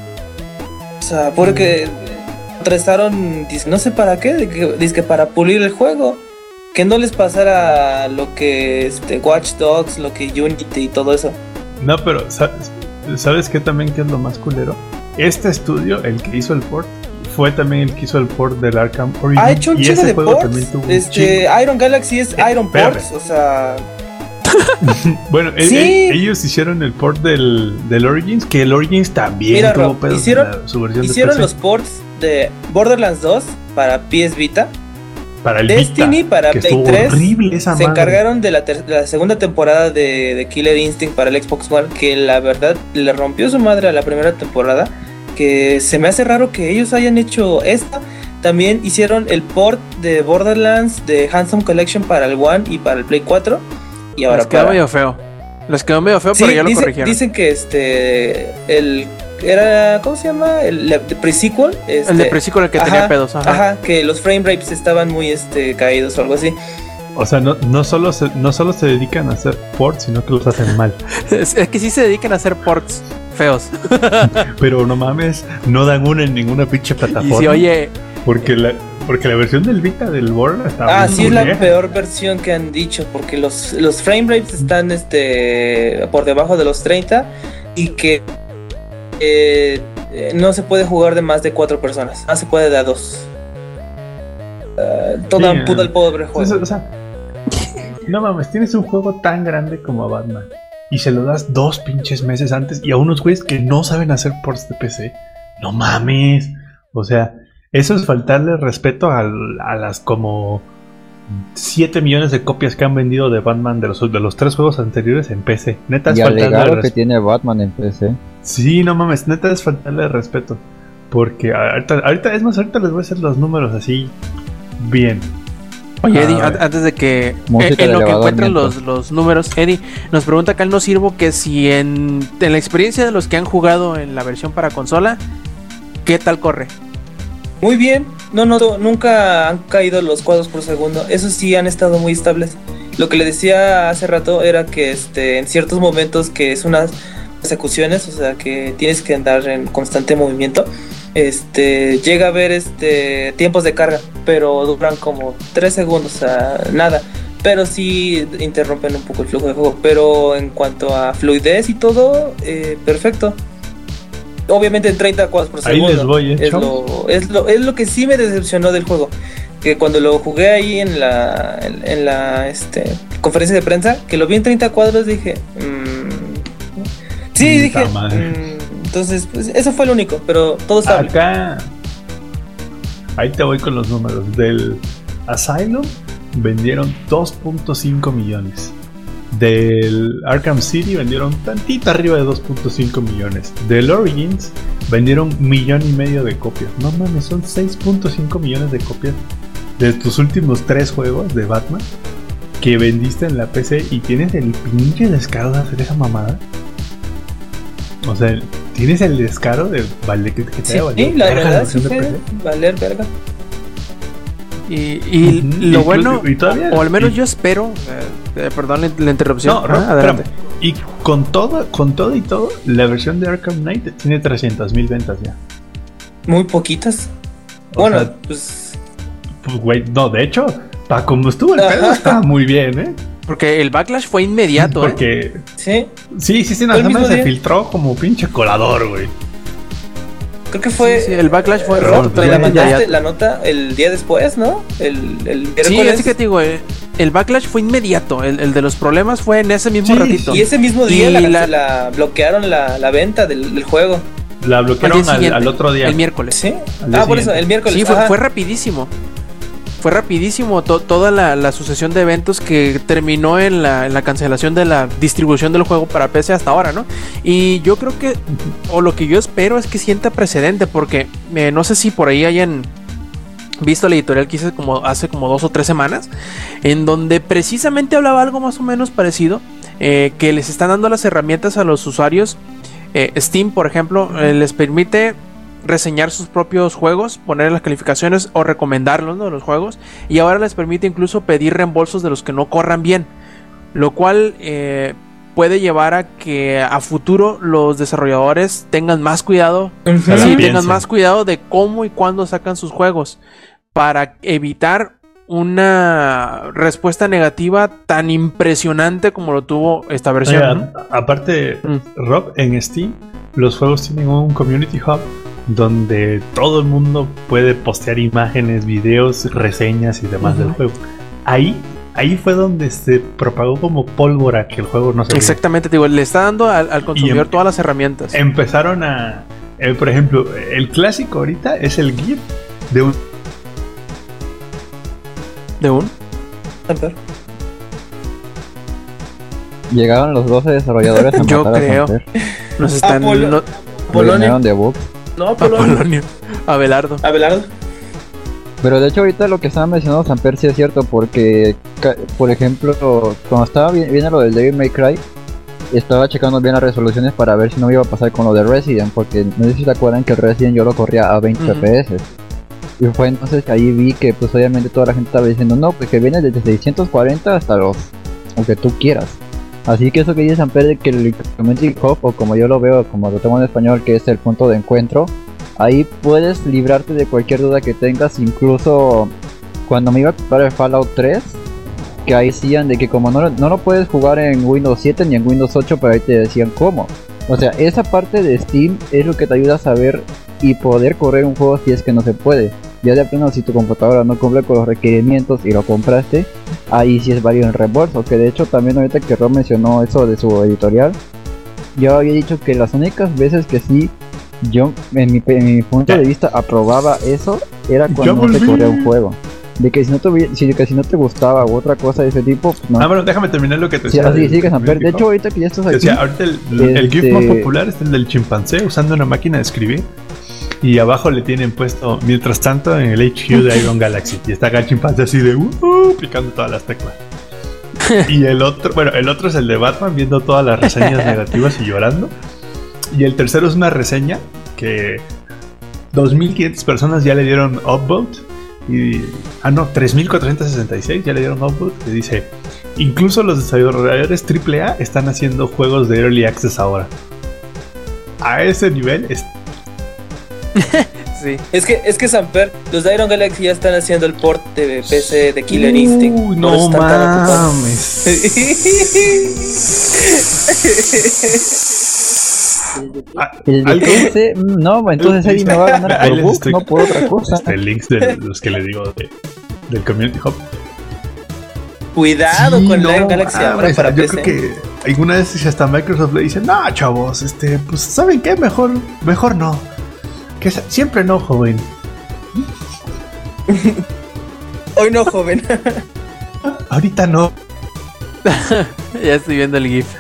O sea, porque contrastaron, no sé para qué, dice para pulir el juego, que no les pasara lo que Watch Dogs, lo que Unity y todo eso. No, pero ¿sabes qué también que es lo más culero? Este estudio, el que hizo el port, fue también el que hizo el port del Arkham Origins. Ha hecho un chingo de ports. Iron Galaxy es Iron Ports, o sea... Bueno, ellos hicieron el port del Origins, que el Origins también tuvo pedos en su versión de PC. Hicieron los ports de Borderlands 2 para PS Vita, para el Destiny Vita, para Play 3. Horrible esa se madre. encargaron de la segunda temporada de Killer Instinct para el Xbox One, que la verdad le rompió su madre a la primera temporada, que se me hace raro que ellos hayan hecho esta. También hicieron el port de Borderlands de Handsome Collection para el One y para el Play 4. Y ahora les quedó medio feo. Sí, pero ya lo corrigieron. Dicen que ¿cómo se llama? El pre-sequel. El de pre-sequel, el que tenía pedos. Ajá, que los frame rates estaban muy caídos o algo así. O sea, no solo se dedican a hacer ports, sino que los hacen mal. Es que sí se dedican a hacer ports feos. Pero no mames, no dan una en ninguna pinche plataforma. Y si oye... Porque la versión del Vita del Borderlands está sí, es la peor versión que han dicho, porque los frame rates están por debajo de los 30 y que no se puede jugar de más de 4 personas, no se puede de a 2. Toda puta el pobre juego. Entonces, o sea, no mames, tienes un juego tan grande como Batman y se lo das 2 pinches meses antes y a unos güeyes que no saben hacer ports de PC. No mames. O sea, eso es faltarle respeto a las como 7 millones de copias que han vendido de Batman de los 3 juegos anteriores en PC. Neta es faltarle que tiene Batman en PC. Sí, no mames, neta es faltarle respeto. Porque ahorita les voy a hacer los números así bien. Oye, Eddie, antes de que en lo que encuentran los números, Eddie nos pregunta acá el No Sirvo que si en la experiencia de los que han jugado en la versión para consola, ¿qué tal corre? Muy bien, nunca han caído los cuadros por segundo. Eso sí, han estado muy estables. Lo que le decía hace rato era que en ciertos momentos que es unas persecuciones, o sea que tienes que andar en constante movimiento, llega a haber tiempos de carga, pero duran como 3 segundos, o sea, nada. Pero sí interrumpen un poco el flujo de juego. Pero en cuanto a fluidez y todo, perfecto. Obviamente en 30 cuadros por segundo. Ahí les voy, es lo que sí me decepcionó del juego. Que cuando lo jugué ahí en la conferencia de prensa, que lo vi en 30 cuadros, dije... sí, dije... entonces, pues eso fue lo único, pero todo estable. Acá... Ahí te voy con los números. Del Asylum vendieron 2.5 millones. Del Arkham City vendieron tantito arriba de 2.5 millones. Del Origins vendieron 1,5 millones de copias. No mames, son 6.5 millones de copias de tus últimos 3 juegos de Batman que vendiste en la PC y tienes el pinche descaro de hacer esa mamada. O sea, ¿Tienes el descaro de valer que te Sí, la verdad, sí fue valer verga. Y lo bueno, o al menos yo espero, perdón la interrupción. No, adelante. Y con todo y todo, la versión de Arkham Knight tiene 300,000 ventas ya. Muy poquitas. Bueno, sea, pues güey, no, de hecho, para como estuvo el pedo, estaba muy bien, Porque el backlash fue inmediato, Porque sí, nada más se filtró como pinche colador, güey. Creo que fue. Sí, el backlash fue la mandaste la nota el día después, ¿no? El miércoles. Sí, así que te digo, el backlash fue inmediato. El de los problemas fue en ese mismo ratito. Y ese mismo día la bloquearon la venta del juego. La bloquearon al otro día. El miércoles. Sí. Por eso, el miércoles. Sí, fue rapidísimo. Fue rapidísimo toda la sucesión de eventos que terminó en la cancelación de la distribución del juego para PC hasta ahora, ¿no? Y yo creo que, o lo que yo espero es que sienta precedente, porque no sé si por ahí hayan visto la editorial que hice hace como 2 o 3 semanas, en donde precisamente hablaba algo más o menos parecido, que les están dando las herramientas a los usuarios. Steam, por ejemplo, les permite reseñar sus propios juegos, poner las calificaciones o recomendarlos, ¿no?, los juegos, y ahora les permite incluso pedir reembolsos de los que no corran bien, lo cual puede llevar a que a futuro los desarrolladores tengan más cuidado, tengan más cuidado de cómo y cuándo sacan sus juegos, para evitar una respuesta negativa tan impresionante como lo tuvo esta versión. Oiga, ¿no? Aparte, Rob, en Steam los juegos tienen un community hub donde todo el mundo puede postear imágenes, videos, reseñas y demás del juego. Ahí fue donde se propagó como pólvora que el juego no se Exactamente, digo, le está dando al consumidor todas las herramientas. Empezaron a... por ejemplo, el clásico ahorita es el GIF de un... ¿De un? Llegaron los 12 desarrolladores a yo creo. Nos están... Polonia. De bug. No, Polonia. Abelardo. Pero de hecho ahorita lo que estaba mencionando Samper sí es cierto, porque por ejemplo cuando estaba viendo lo del Devil May Cry, estaba checando bien las resoluciones para ver si no me iba a pasar con lo de Resident, porque no sé si se acuerdan que el Resident yo lo corría a 20 FPS. Y fue entonces que ahí vi que pues obviamente toda la gente estaba diciendo no, pues que viene desde 640 hasta los que tú quieras. Así que eso que dice Samper de que el Community Hub, o como yo lo veo, como lo tengo en español, que es el punto de encuentro, ahí puedes librarte de cualquier duda que tengas. Incluso cuando me iba a comprar el Fallout 3, que ahí decían de que como no lo puedes jugar en Windows 7 ni en Windows 8, pero ahí te decían cómo. O sea, esa parte de Steam es lo que te ayuda a saber y poder correr un juego si es que no se puede. Ya de plano, si tu computadora no cumple con los requerimientos y lo compraste, ahí sí es válido el reembolso. Que de hecho también ahorita que Rob mencionó eso de su editorial, yo había dicho que las únicas veces que sí yo en mi punto de vista aprobaba eso era cuando no te corría un juego. De que si no te gustaba u otra cosa de ese tipo, pues no. Bueno, déjame terminar lo que te decía. Sí, sigue Samper. De hecho, ahorita que ya estás aquí. O sea, ahorita el GIF más popular es el del chimpancé usando una máquina de escribir. Y abajo le tienen puesto, mientras tanto, en el HQ de Iron Galaxy. Y está acá el chimpancé así de picando todas las teclas. Y el otro es el de Batman viendo todas las reseñas negativas y llorando. Y el tercero es una reseña que 2.500 personas ya le dieron upvote. 3.466 ya le dieron upvote. Que dice, incluso los desarrolladores AAA están haciendo juegos de Early Access ahora. A ese nivel es... Sí. Es que Samper, los de Iron Galaxy ya están haciendo el port de PC de Killer Instinct. No mames. El PC, no, entonces ahí me va a ganar por bug, no por otra cosa. Links de los que le digo del Community Hub. Cuidado con el Iron Galaxy ahora para yo PC. Creo que alguna vez hasta Microsoft le dice, no, chavos, pues ¿saben qué? Mejor no. Que siempre no, joven. Hoy no, joven. Ahorita no. Ya estoy viendo el GIF.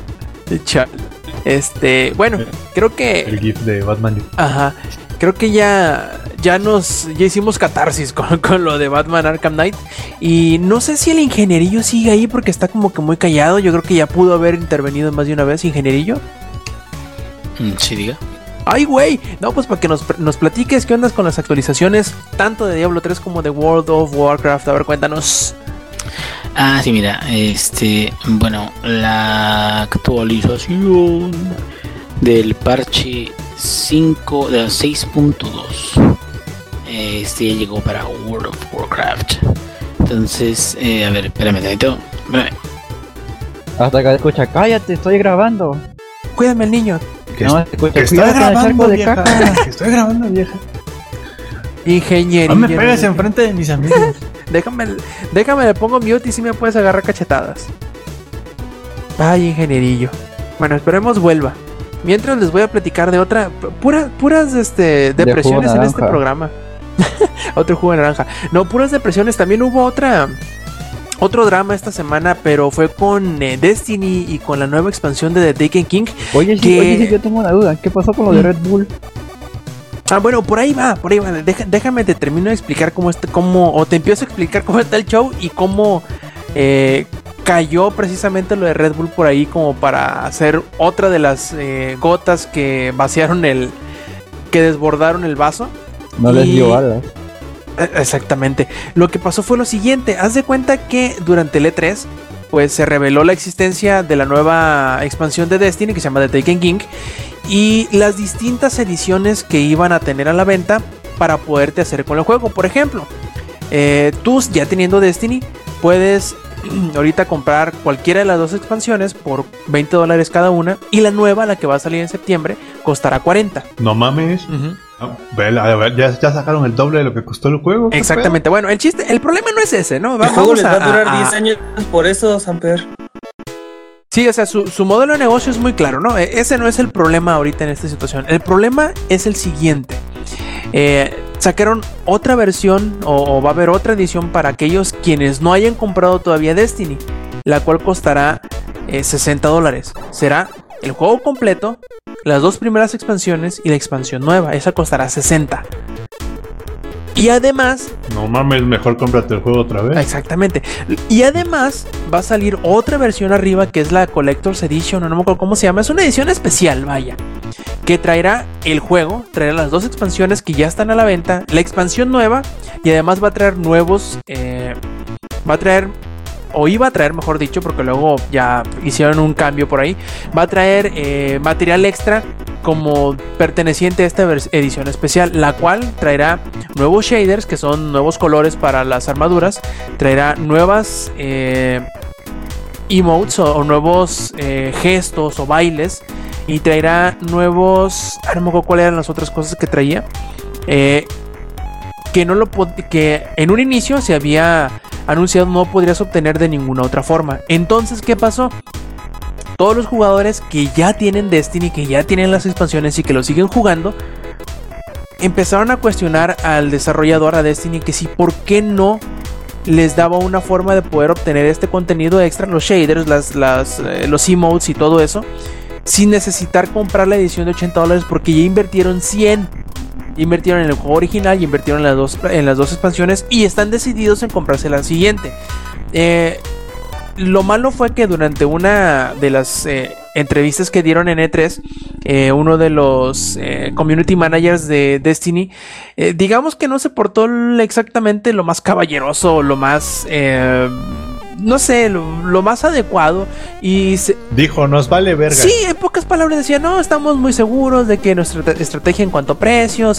Bueno, creo que... El GIF de Batman. Ajá. Creo que ya hicimos catarsis con lo de Batman Arkham Knight. Y no sé si el ingenierillo sigue ahí porque está como que muy callado. Yo creo que ya pudo haber intervenido más de una vez, ingenierillo. Sí, diga. Ay, güey. No, pues para que nos platiques qué ondas con las actualizaciones, tanto de Diablo 3 como de World of Warcraft. A ver, cuéntanos. Sí, mira, bueno, la actualización del parche 5 de 6.2 ya llegó para World of Warcraft. Entonces, a ver, espérame. Hasta que escucha, cállate, estoy grabando. Cuídame al niño. No, escucha, que estoy grabando, vieja. Que estoy grabando, vieja. Ingeniería. No me pegues enfrente de mis amigos. Déjame, le pongo mute y si me puedes agarrar cachetadas. Ay, ingenierillo. Bueno, esperemos vuelva. Mientras les voy a platicar de otra puras depresiones en este programa. Otro jugo de naranja. No, puras depresiones. También hubo otro drama esta semana, pero fue con Destiny y con la nueva expansión de The Taken King. Oye, sí, yo tengo una duda. ¿Qué pasó con lo de Red Bull? Bueno, por ahí va. Déjame te termino de explicar o te empiezo a explicar cómo está el show y cómo cayó precisamente lo de Red Bull por ahí, como para hacer otra de las gotas que que desbordaron el vaso. No les dio balas. Exactamente. Lo que pasó fue lo siguiente. Haz de cuenta que durante el E3 pues se reveló la existencia de la nueva expansión de Destiny que se llama The Taken King y las distintas ediciones que iban a tener a la venta para poderte hacer con el juego. Por ejemplo, tú ya teniendo Destiny puedes ahorita comprar cualquiera de las dos expansiones por $20 cada una y la nueva, la que va a salir en septiembre, costará $40. No mames. Uh-huh. A ver, ya sacaron el doble de lo que costó el juego. Exactamente. Bueno, el problema no es ese, ¿no? El juego les va a durar 10 años, por eso, Samper. Sí, o sea, su modelo de negocio es muy claro, ¿no? Ese no es el problema ahorita en esta situación. El problema es el siguiente. Sacaron otra versión o va a haber otra edición para aquellos quienes no hayan comprado todavía Destiny, la cual costará $60. Será el juego completo, las dos primeras expansiones y la expansión nueva. Esa costará $60. Y además... No mames, mejor cómprate el juego otra vez. Exactamente. Y además va a salir otra versión arriba que es la Collector's Edition, o no me acuerdo cómo se llama. Es una edición especial, vaya, que traerá el juego, traerá las dos expansiones que ya están a la venta, la expansión nueva, y además va a traer nuevos... iba a traer, mejor dicho, porque luego ya hicieron un cambio por ahí. Va a traer material extra como perteneciente a esta edición especial, la cual traerá nuevos shaders, que son nuevos colores para las armaduras. Traerá nuevas emotes o nuevos gestos o bailes. Y traerá nuevos... no me acuerdo cuáles eran las otras cosas que traía. Que en un inicio se había anunciado no podrías obtener de ninguna otra forma. Entonces, ¿qué pasó? Todos los jugadores que ya tienen Destiny, que ya tienen las expansiones y que lo siguen jugando, empezaron a cuestionar al desarrollador, a Destiny, que si por qué no les daba una forma de poder obtener este contenido extra, los shaders, los emotes y todo eso, sin necesitar comprar la edición de $80, porque ya invirtieron 100. Invirtieron en el juego original y invirtieron en las dos expansiones y están decididos en comprarse la siguiente. Lo malo fue que durante una de las entrevistas que dieron en E3, uno de los community managers de Destiny, digamos que no se portó exactamente lo más caballeroso, lo más... no sé, lo más adecuado. Y dijo, nos vale verga. Sí, en pocas palabras decía, no, estamos muy seguros de que nuestra estrategia en cuanto a precios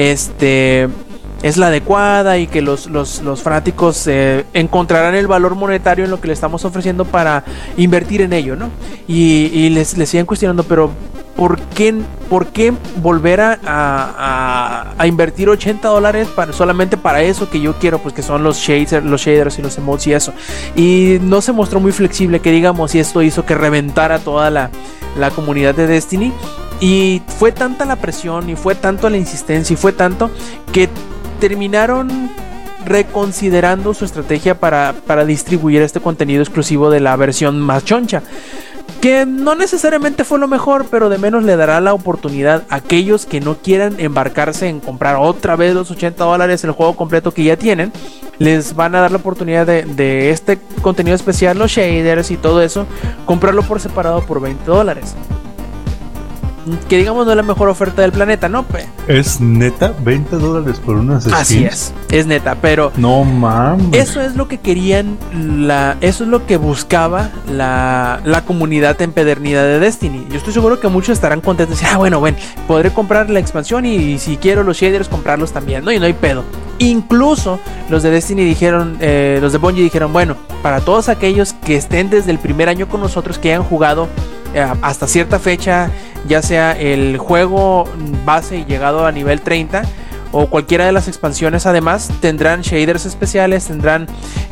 es la adecuada y que los fanáticos encontrarán el valor monetario en lo que le estamos ofreciendo para invertir en ello, ¿no? Y les siguen cuestionando, pero ¿por qué volver a invertir $80 solamente para eso que yo quiero? Pues que son los shaders y los emotes y eso. Y no se mostró muy flexible, que digamos, y esto hizo que reventara toda la comunidad de Destiny. Y fue tanta la presión y fue tanto la insistencia y fue tanto que terminaron reconsiderando su estrategia para distribuir este contenido exclusivo de la versión más choncha, que no necesariamente fue lo mejor, pero de menos le dará la oportunidad a aquellos que no quieran embarcarse en comprar otra vez los $80 el juego completo que ya tienen. Les van a dar la oportunidad de este contenido especial, los shaders y todo eso, comprarlo por separado por $20. que digamos no es la mejor oferta del planeta, ¿no? Es neta, $20 por unas skins. Así es neta, pero no mames. Eso es lo que querían, eso es lo que buscaba la comunidad empedernida de Destiny. Yo estoy seguro que muchos estarán contentos y bueno, podré comprar la expansión y si quiero los shaders comprarlos también, ¿no? Y no hay pedo. Incluso los de Destiny dijeron, los de Bungie dijeron, bueno, para todos aquellos que estén desde el primer año con nosotros, que hayan jugado hasta cierta fecha, ya sea el juego base y llegado a nivel 30 o cualquiera de las expansiones, además tendrán shaders especiales, tendrán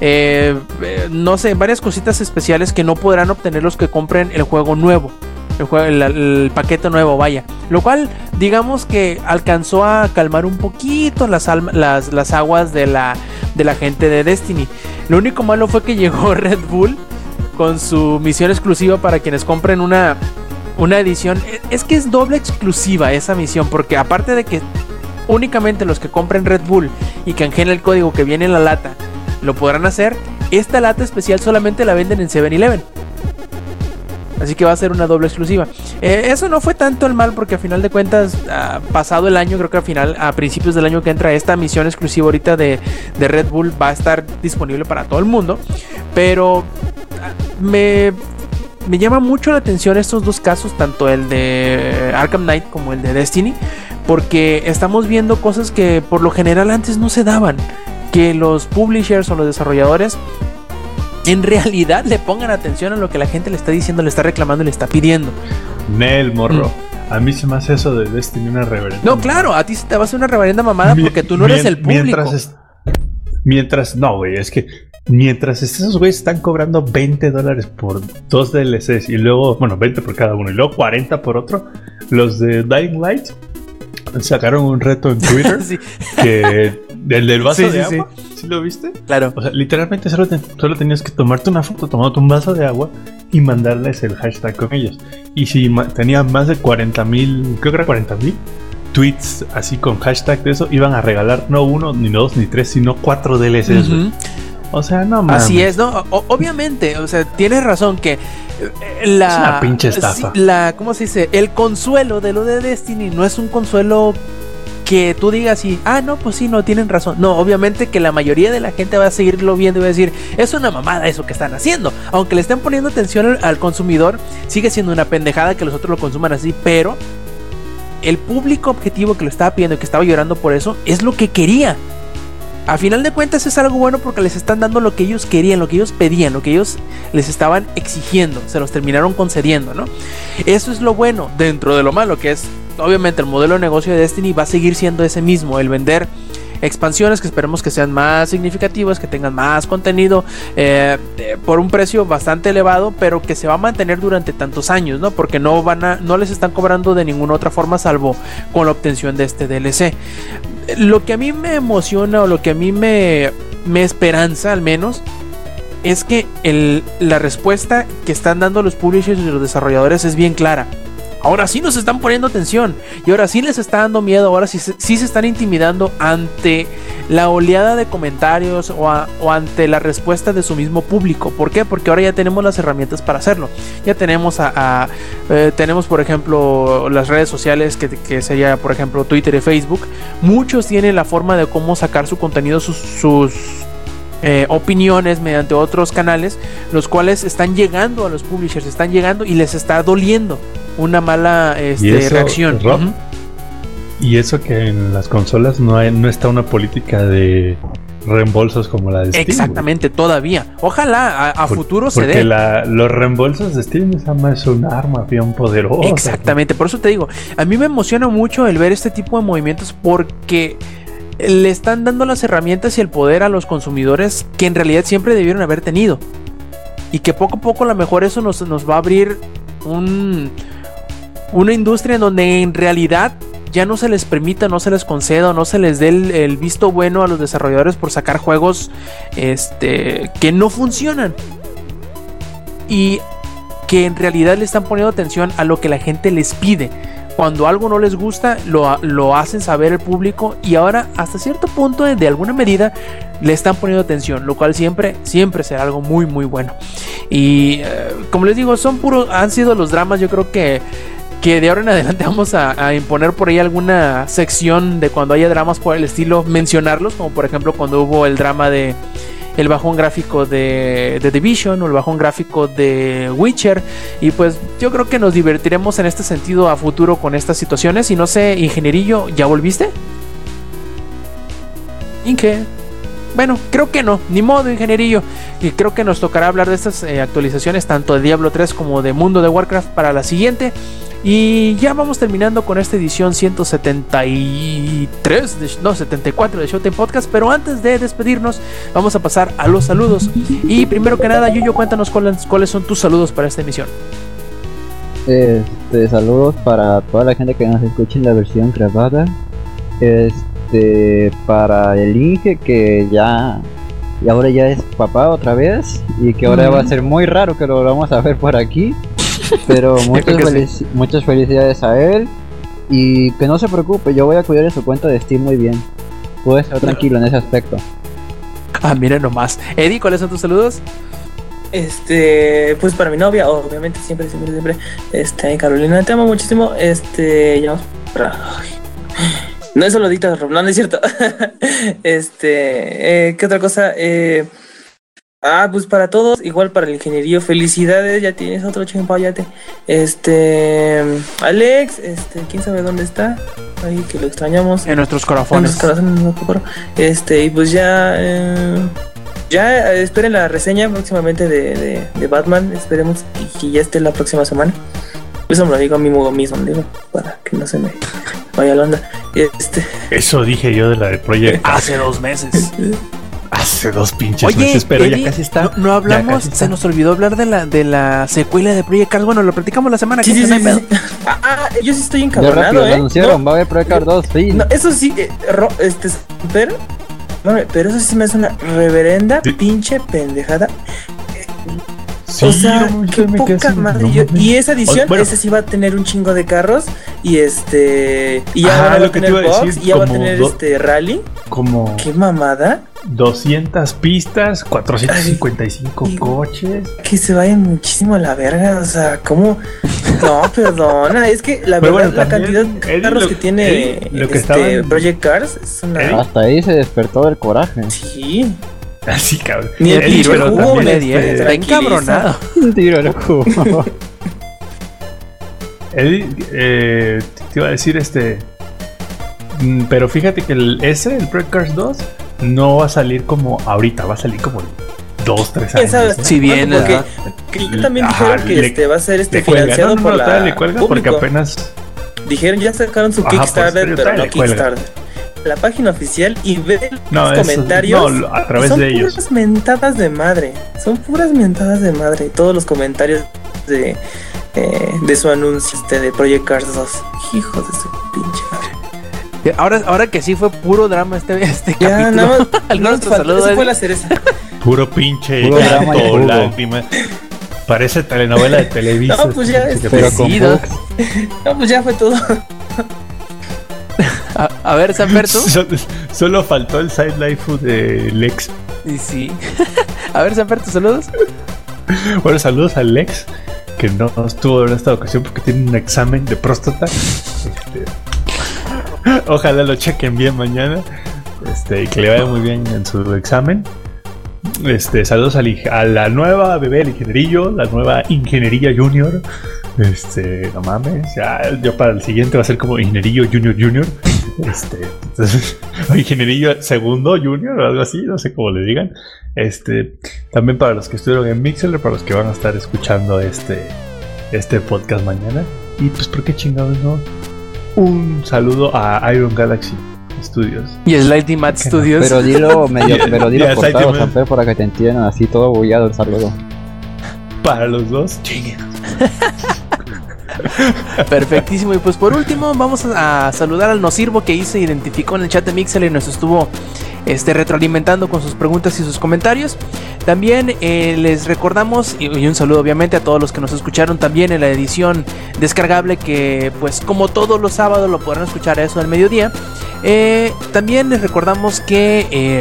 no sé, varias cositas especiales que no podrán obtener los que compren el juego nuevo, el paquete nuevo, vaya, lo cual digamos que alcanzó a calmar un poquito las aguas de la gente de Destiny. Lo único malo fue que llegó Red Bull con su misión exclusiva para quienes compren una edición. Es que es doble exclusiva esa misión, porque aparte de que únicamente los que compren Red Bull y canjeen el código que viene en la lata lo podrán hacer, esta lata especial solamente la venden en 7-Eleven. Así que va a ser una doble exclusiva. Eso no fue tanto el mal, porque a final de cuentas, pasado el año, creo que a principios del año que entra, esta misión exclusiva ahorita de Red Bull va a estar disponible para todo el mundo. Pero me llama mucho la atención estos dos casos, tanto el de Arkham Knight como el de Destiny, porque estamos viendo cosas que por lo general antes no se daban, que los publishers o los desarrolladores en realidad le pongan atención a lo que la gente le está diciendo, le está reclamando y le está pidiendo. Nel, morro. A mí se me hace eso de Destiny una reverenda. No, claro, a ti se te va a hacer una reverenda mamada porque tú no eres el público. No, güey, es que mientras esos güeyes están cobrando $20 por 2 DLCs y luego, 20 por cada uno y luego 40 por otro, los de Dying Light sacaron un reto en Twitter sí. Que el del vaso de agua, ¿sí lo viste? Claro. O sea, literalmente solo tenías que tomarte una foto tomándote un vaso de agua y mandarles el hashtag con ellos. Y si tenía más de 40,000, creo que era 40,000 tweets así con hashtag de eso, iban a regalar no 1, ni 2, ni 3, sino 4 DLCs. O sea, no mames. Así es, ¿no? Obviamente, o sea, tienes razón que es una pinche estafa. ¿Cómo se dice? El consuelo de lo de Destiny no es un consuelo que tú digas no, pues sí, no, tienen razón. No, obviamente que la mayoría de la gente va a seguirlo viendo y va a decir, es una mamada eso que están haciendo. Aunque le estén poniendo atención al consumidor, sigue siendo una pendejada que los otros lo consuman así, pero el público objetivo que lo estaba pidiendo y que estaba llorando por eso, es lo que quería. A final de cuentas es algo bueno porque les están dando lo que ellos querían, lo que ellos pedían, lo que ellos les estaban exigiendo, se los terminaron concediendo, ¿no? Eso es lo bueno, dentro de lo malo, que es obviamente el modelo de negocio de Destiny va a seguir siendo ese mismo, el vender expansiones que esperemos que sean más significativas, que tengan más contenido por un precio bastante elevado, pero que se va a mantener durante tantos años, ¿no? Porque no les están cobrando de ninguna otra forma salvo con la obtención de este DLC. Lo que a mí me emociona o lo que a mí me esperanza al menos es que la respuesta que están dando los publishers y los desarrolladores es bien clara. Ahora sí nos están poniendo atención y ahora sí les está dando miedo, ahora sí se están intimidando ante la oleada de comentarios o ante la respuesta de su mismo público. ¿Por qué? Porque ahora ya tenemos las herramientas para hacerlo. Ya tenemos tenemos por ejemplo las redes sociales que sería por ejemplo Twitter y Facebook. Muchos tienen la forma de cómo sacar su contenido, sus opiniones mediante otros canales, los cuales están llegando a los publishers, están llegando y les está doliendo una mala reacción. Rob, y eso que en las consolas no está una política de reembolsos como la de Steam. Exactamente, güey. Todavía. Ojalá a futuro se dé. Porque los reembolsos de Steam es un arma bien poderosa. Exactamente, por eso te digo, a mí me emociona mucho el ver este tipo de movimientos porque le están dando las herramientas y el poder a los consumidores que en realidad siempre debieron haber tenido. Y que poco a poco a lo mejor eso nos va a abrir una industria en donde en realidad ya no se les permita, no se les conceda, no se les dé el visto bueno a los desarrolladores por sacar juegos que no funcionan. Y que en realidad le están poniendo atención a lo que la gente les pide. Cuando algo no les gusta, lo hacen saber el público y ahora hasta cierto punto, de alguna medida, le están poniendo atención, lo cual siempre será algo muy muy bueno. Y como les digo, han sido los dramas, yo creo que que de ahora en adelante vamos a imponer por ahí alguna sección de cuando haya dramas por el estilo, mencionarlos, como por ejemplo cuando hubo el drama de el bajón gráfico de The Division o el bajón gráfico de Witcher, y pues yo creo que nos divertiremos en este sentido a futuro con estas situaciones. Y no sé, Ingenierillo, ¿ya volviste? Inge. Bueno, creo que no, ni modo, Ingenierillo. Y creo que nos tocará hablar de estas actualizaciones tanto de Diablo 3 como de Mundo de Warcraft para la siguiente. Y ya vamos terminando con esta edición 74 de Showtime Podcast. Pero antes de despedirnos, vamos a pasar a los saludos. Y primero que nada, Yuyo, cuéntanos cuáles son tus saludos para esta emisión. Saludos para toda la gente que nos escucha en la versión grabada. Para el Inge, que ya y ahora ya es papá otra vez, y que ahora va a ser muy raro que lo vamos a ver por aquí. Pero muchas felicidades a él, y que no se preocupe, yo voy a cuidar de su cuenta de Steam muy bien. Puede estar tranquilo en ese aspecto. Ah, miren nomás. Eddie, ¿cuáles son tus saludos? Pues para mi novia, obviamente, siempre. Carolina, te amo muchísimo. Ya vamos para... No es saludita, no es cierto. ¿Qué otra cosa? Pues para todos, igual para el Ingenierillo, felicidades, ya tienes otro chimpayate. Alex, quién sabe dónde está, ahí que lo extrañamos. En nuestros corazones. Y pues ya esperen la reseña próximamente de Batman, esperemos que ya esté la próxima semana. Eso me lo digo a mí mismo, para que no se me vaya la onda. Eso dije yo de la de Project. Hace 2 meses. Hace 2 pinches meses, pero Eddie, ya casi está. No hablamos, se nos olvidó hablar de la secuela de Project Cars. Bueno, lo platicamos la semana que viene. Yo sí estoy encabronado, lo anunciaron, va a haber Project Cars 2, sí. No, eso sí, pero eso sí me hace una reverenda pinche pendejada. Sí, o sea, qué poca madre. Y esa edición, esa sí va a tener un chingo de carros. Y y ya va a tener box, y ya va a tener rally. Como qué mamada. 200 pistas, 455 coches. Que se vayan muchísimo a la verga. O sea, ¿cómo? No, perdona. Es que la verdad, bueno, la cantidad de carros que tiene Project Cars es una... Hasta ahí se despertó del coraje. Sí. Así, cabrón. Ni el tiro el jugo le di, está encabronado. El tiro el jugo. Eddie, te iba a decir pero fíjate que el Project Cars 2 no va a salir como ahorita, va a salir como 2-3 años. Si bien, porque también dijeron que va a ser financiado por la le cuelga porque apenas dijeron, ya sacaron su Kickstarter, pero no Kickstarter. La página oficial y ver los comentarios. No, a través de ellos. Son puras mentadas de madre. Todos los comentarios de su anuncio de Project Cars 2. Hijos de su pinche madre. Ahora que sí fue puro drama este ya, capítulo. Eso fue la cereza. Puro pinche llanto, lágrimas. Parece telenovela de Televisa. No, pues ya ya fue todo. A ver, Sanberto. Solo faltó el side life de Lex. Y sí. A ver, Sanberto, saludos. Bueno, saludos a Lex, que no estuvo en esta ocasión porque tiene un examen de próstata. Ojalá lo chequen bien mañana. Y que le vaya muy bien en su examen. Saludos a la nueva bebé del Ingenierillo, la nueva Ingeniería Junior. No mames, yo para el siguiente va a ser como Ingenierillo Junior. Entonces, Ingenierillo segundo Junior o algo así, no sé cómo le digan. También para los que estuvieron en Mixler, para los que van a estar escuchando este podcast mañana. Y pues, ¿por qué chingados no? Un saludo a Iron Galaxy Studios y Slightly Mad Studios. Pero dilo cortado, Samper, para que te entiendan así todo bullado el saludo. Para los dos, chingue. Perfectísimo. Y pues por último vamos a saludar al Nosirvo, que se identificó en el chat de Mixel y nos estuvo retroalimentando con sus preguntas y sus comentarios. También les recordamos, y un saludo obviamente a todos los que nos escucharon también en la edición descargable, que pues como todos los sábados lo podrán escuchar a eso del mediodía. También les recordamos que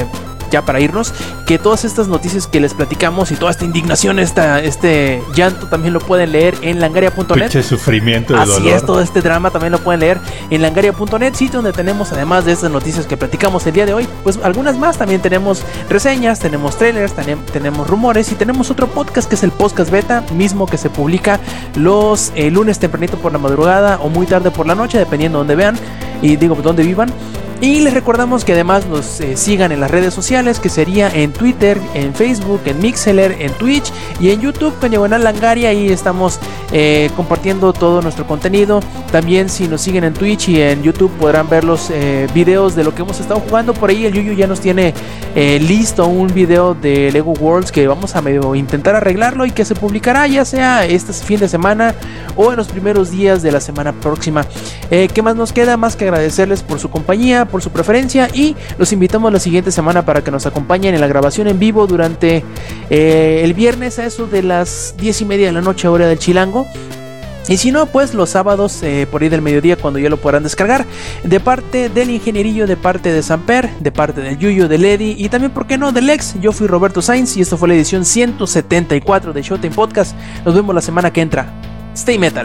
ya para irnos, que todas estas noticias que les platicamos y toda esta indignación, este llanto también lo pueden leer en langaria.net. Pinche sufrimiento de dolor. Así es, todo este drama también lo pueden leer en langaria.net, sitio donde tenemos, además de estas noticias que platicamos el día de hoy, pues algunas más. También tenemos reseñas, tenemos trailers, tenemos rumores y tenemos otro podcast que es el Podcast Beta, mismo que se publica los lunes tempranito por la madrugada o muy tarde por la noche, dependiendo de donde vean y digo donde vivan. Y les recordamos que además nos sigan en las redes sociales, que sería en Twitter, en Facebook, en Mixlr, en Twitch y en YouTube con Diagonal Langaria. Ahí estamos compartiendo todo nuestro contenido. También si nos siguen en Twitch y en YouTube podrán ver los videos de lo que hemos estado jugando. Por ahí el Yuyu ya nos tiene listo un video de Lego Worlds que vamos a medio intentar arreglarlo y que se publicará ya sea este fin de semana o en los primeros días de la semana próxima. ¿Qué más nos queda? Más que agradecerles por su compañía, por su preferencia, y los invitamos la siguiente semana para que nos acompañen en la grabación en vivo durante el viernes a eso de las 10:30 de la noche, hora del Chilango. Y si no, pues los sábados por ahí del mediodía, cuando ya lo podrán descargar. De parte del Ingenierillo, de parte de Samper, de parte del Yuyo, de Lady y también, ¿por qué no?, del Lex. Yo fui Roberto Sainz y esto fue la edición 174 de Showtime Podcast. Nos vemos la semana que entra. Stay Metal.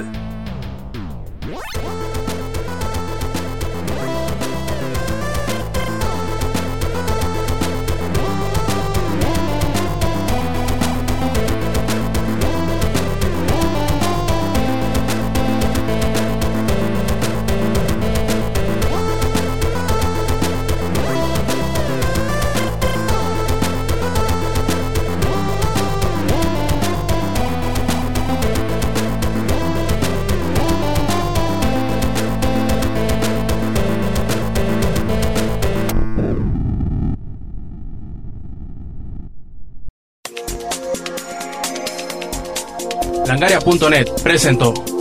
Langaria.net presentó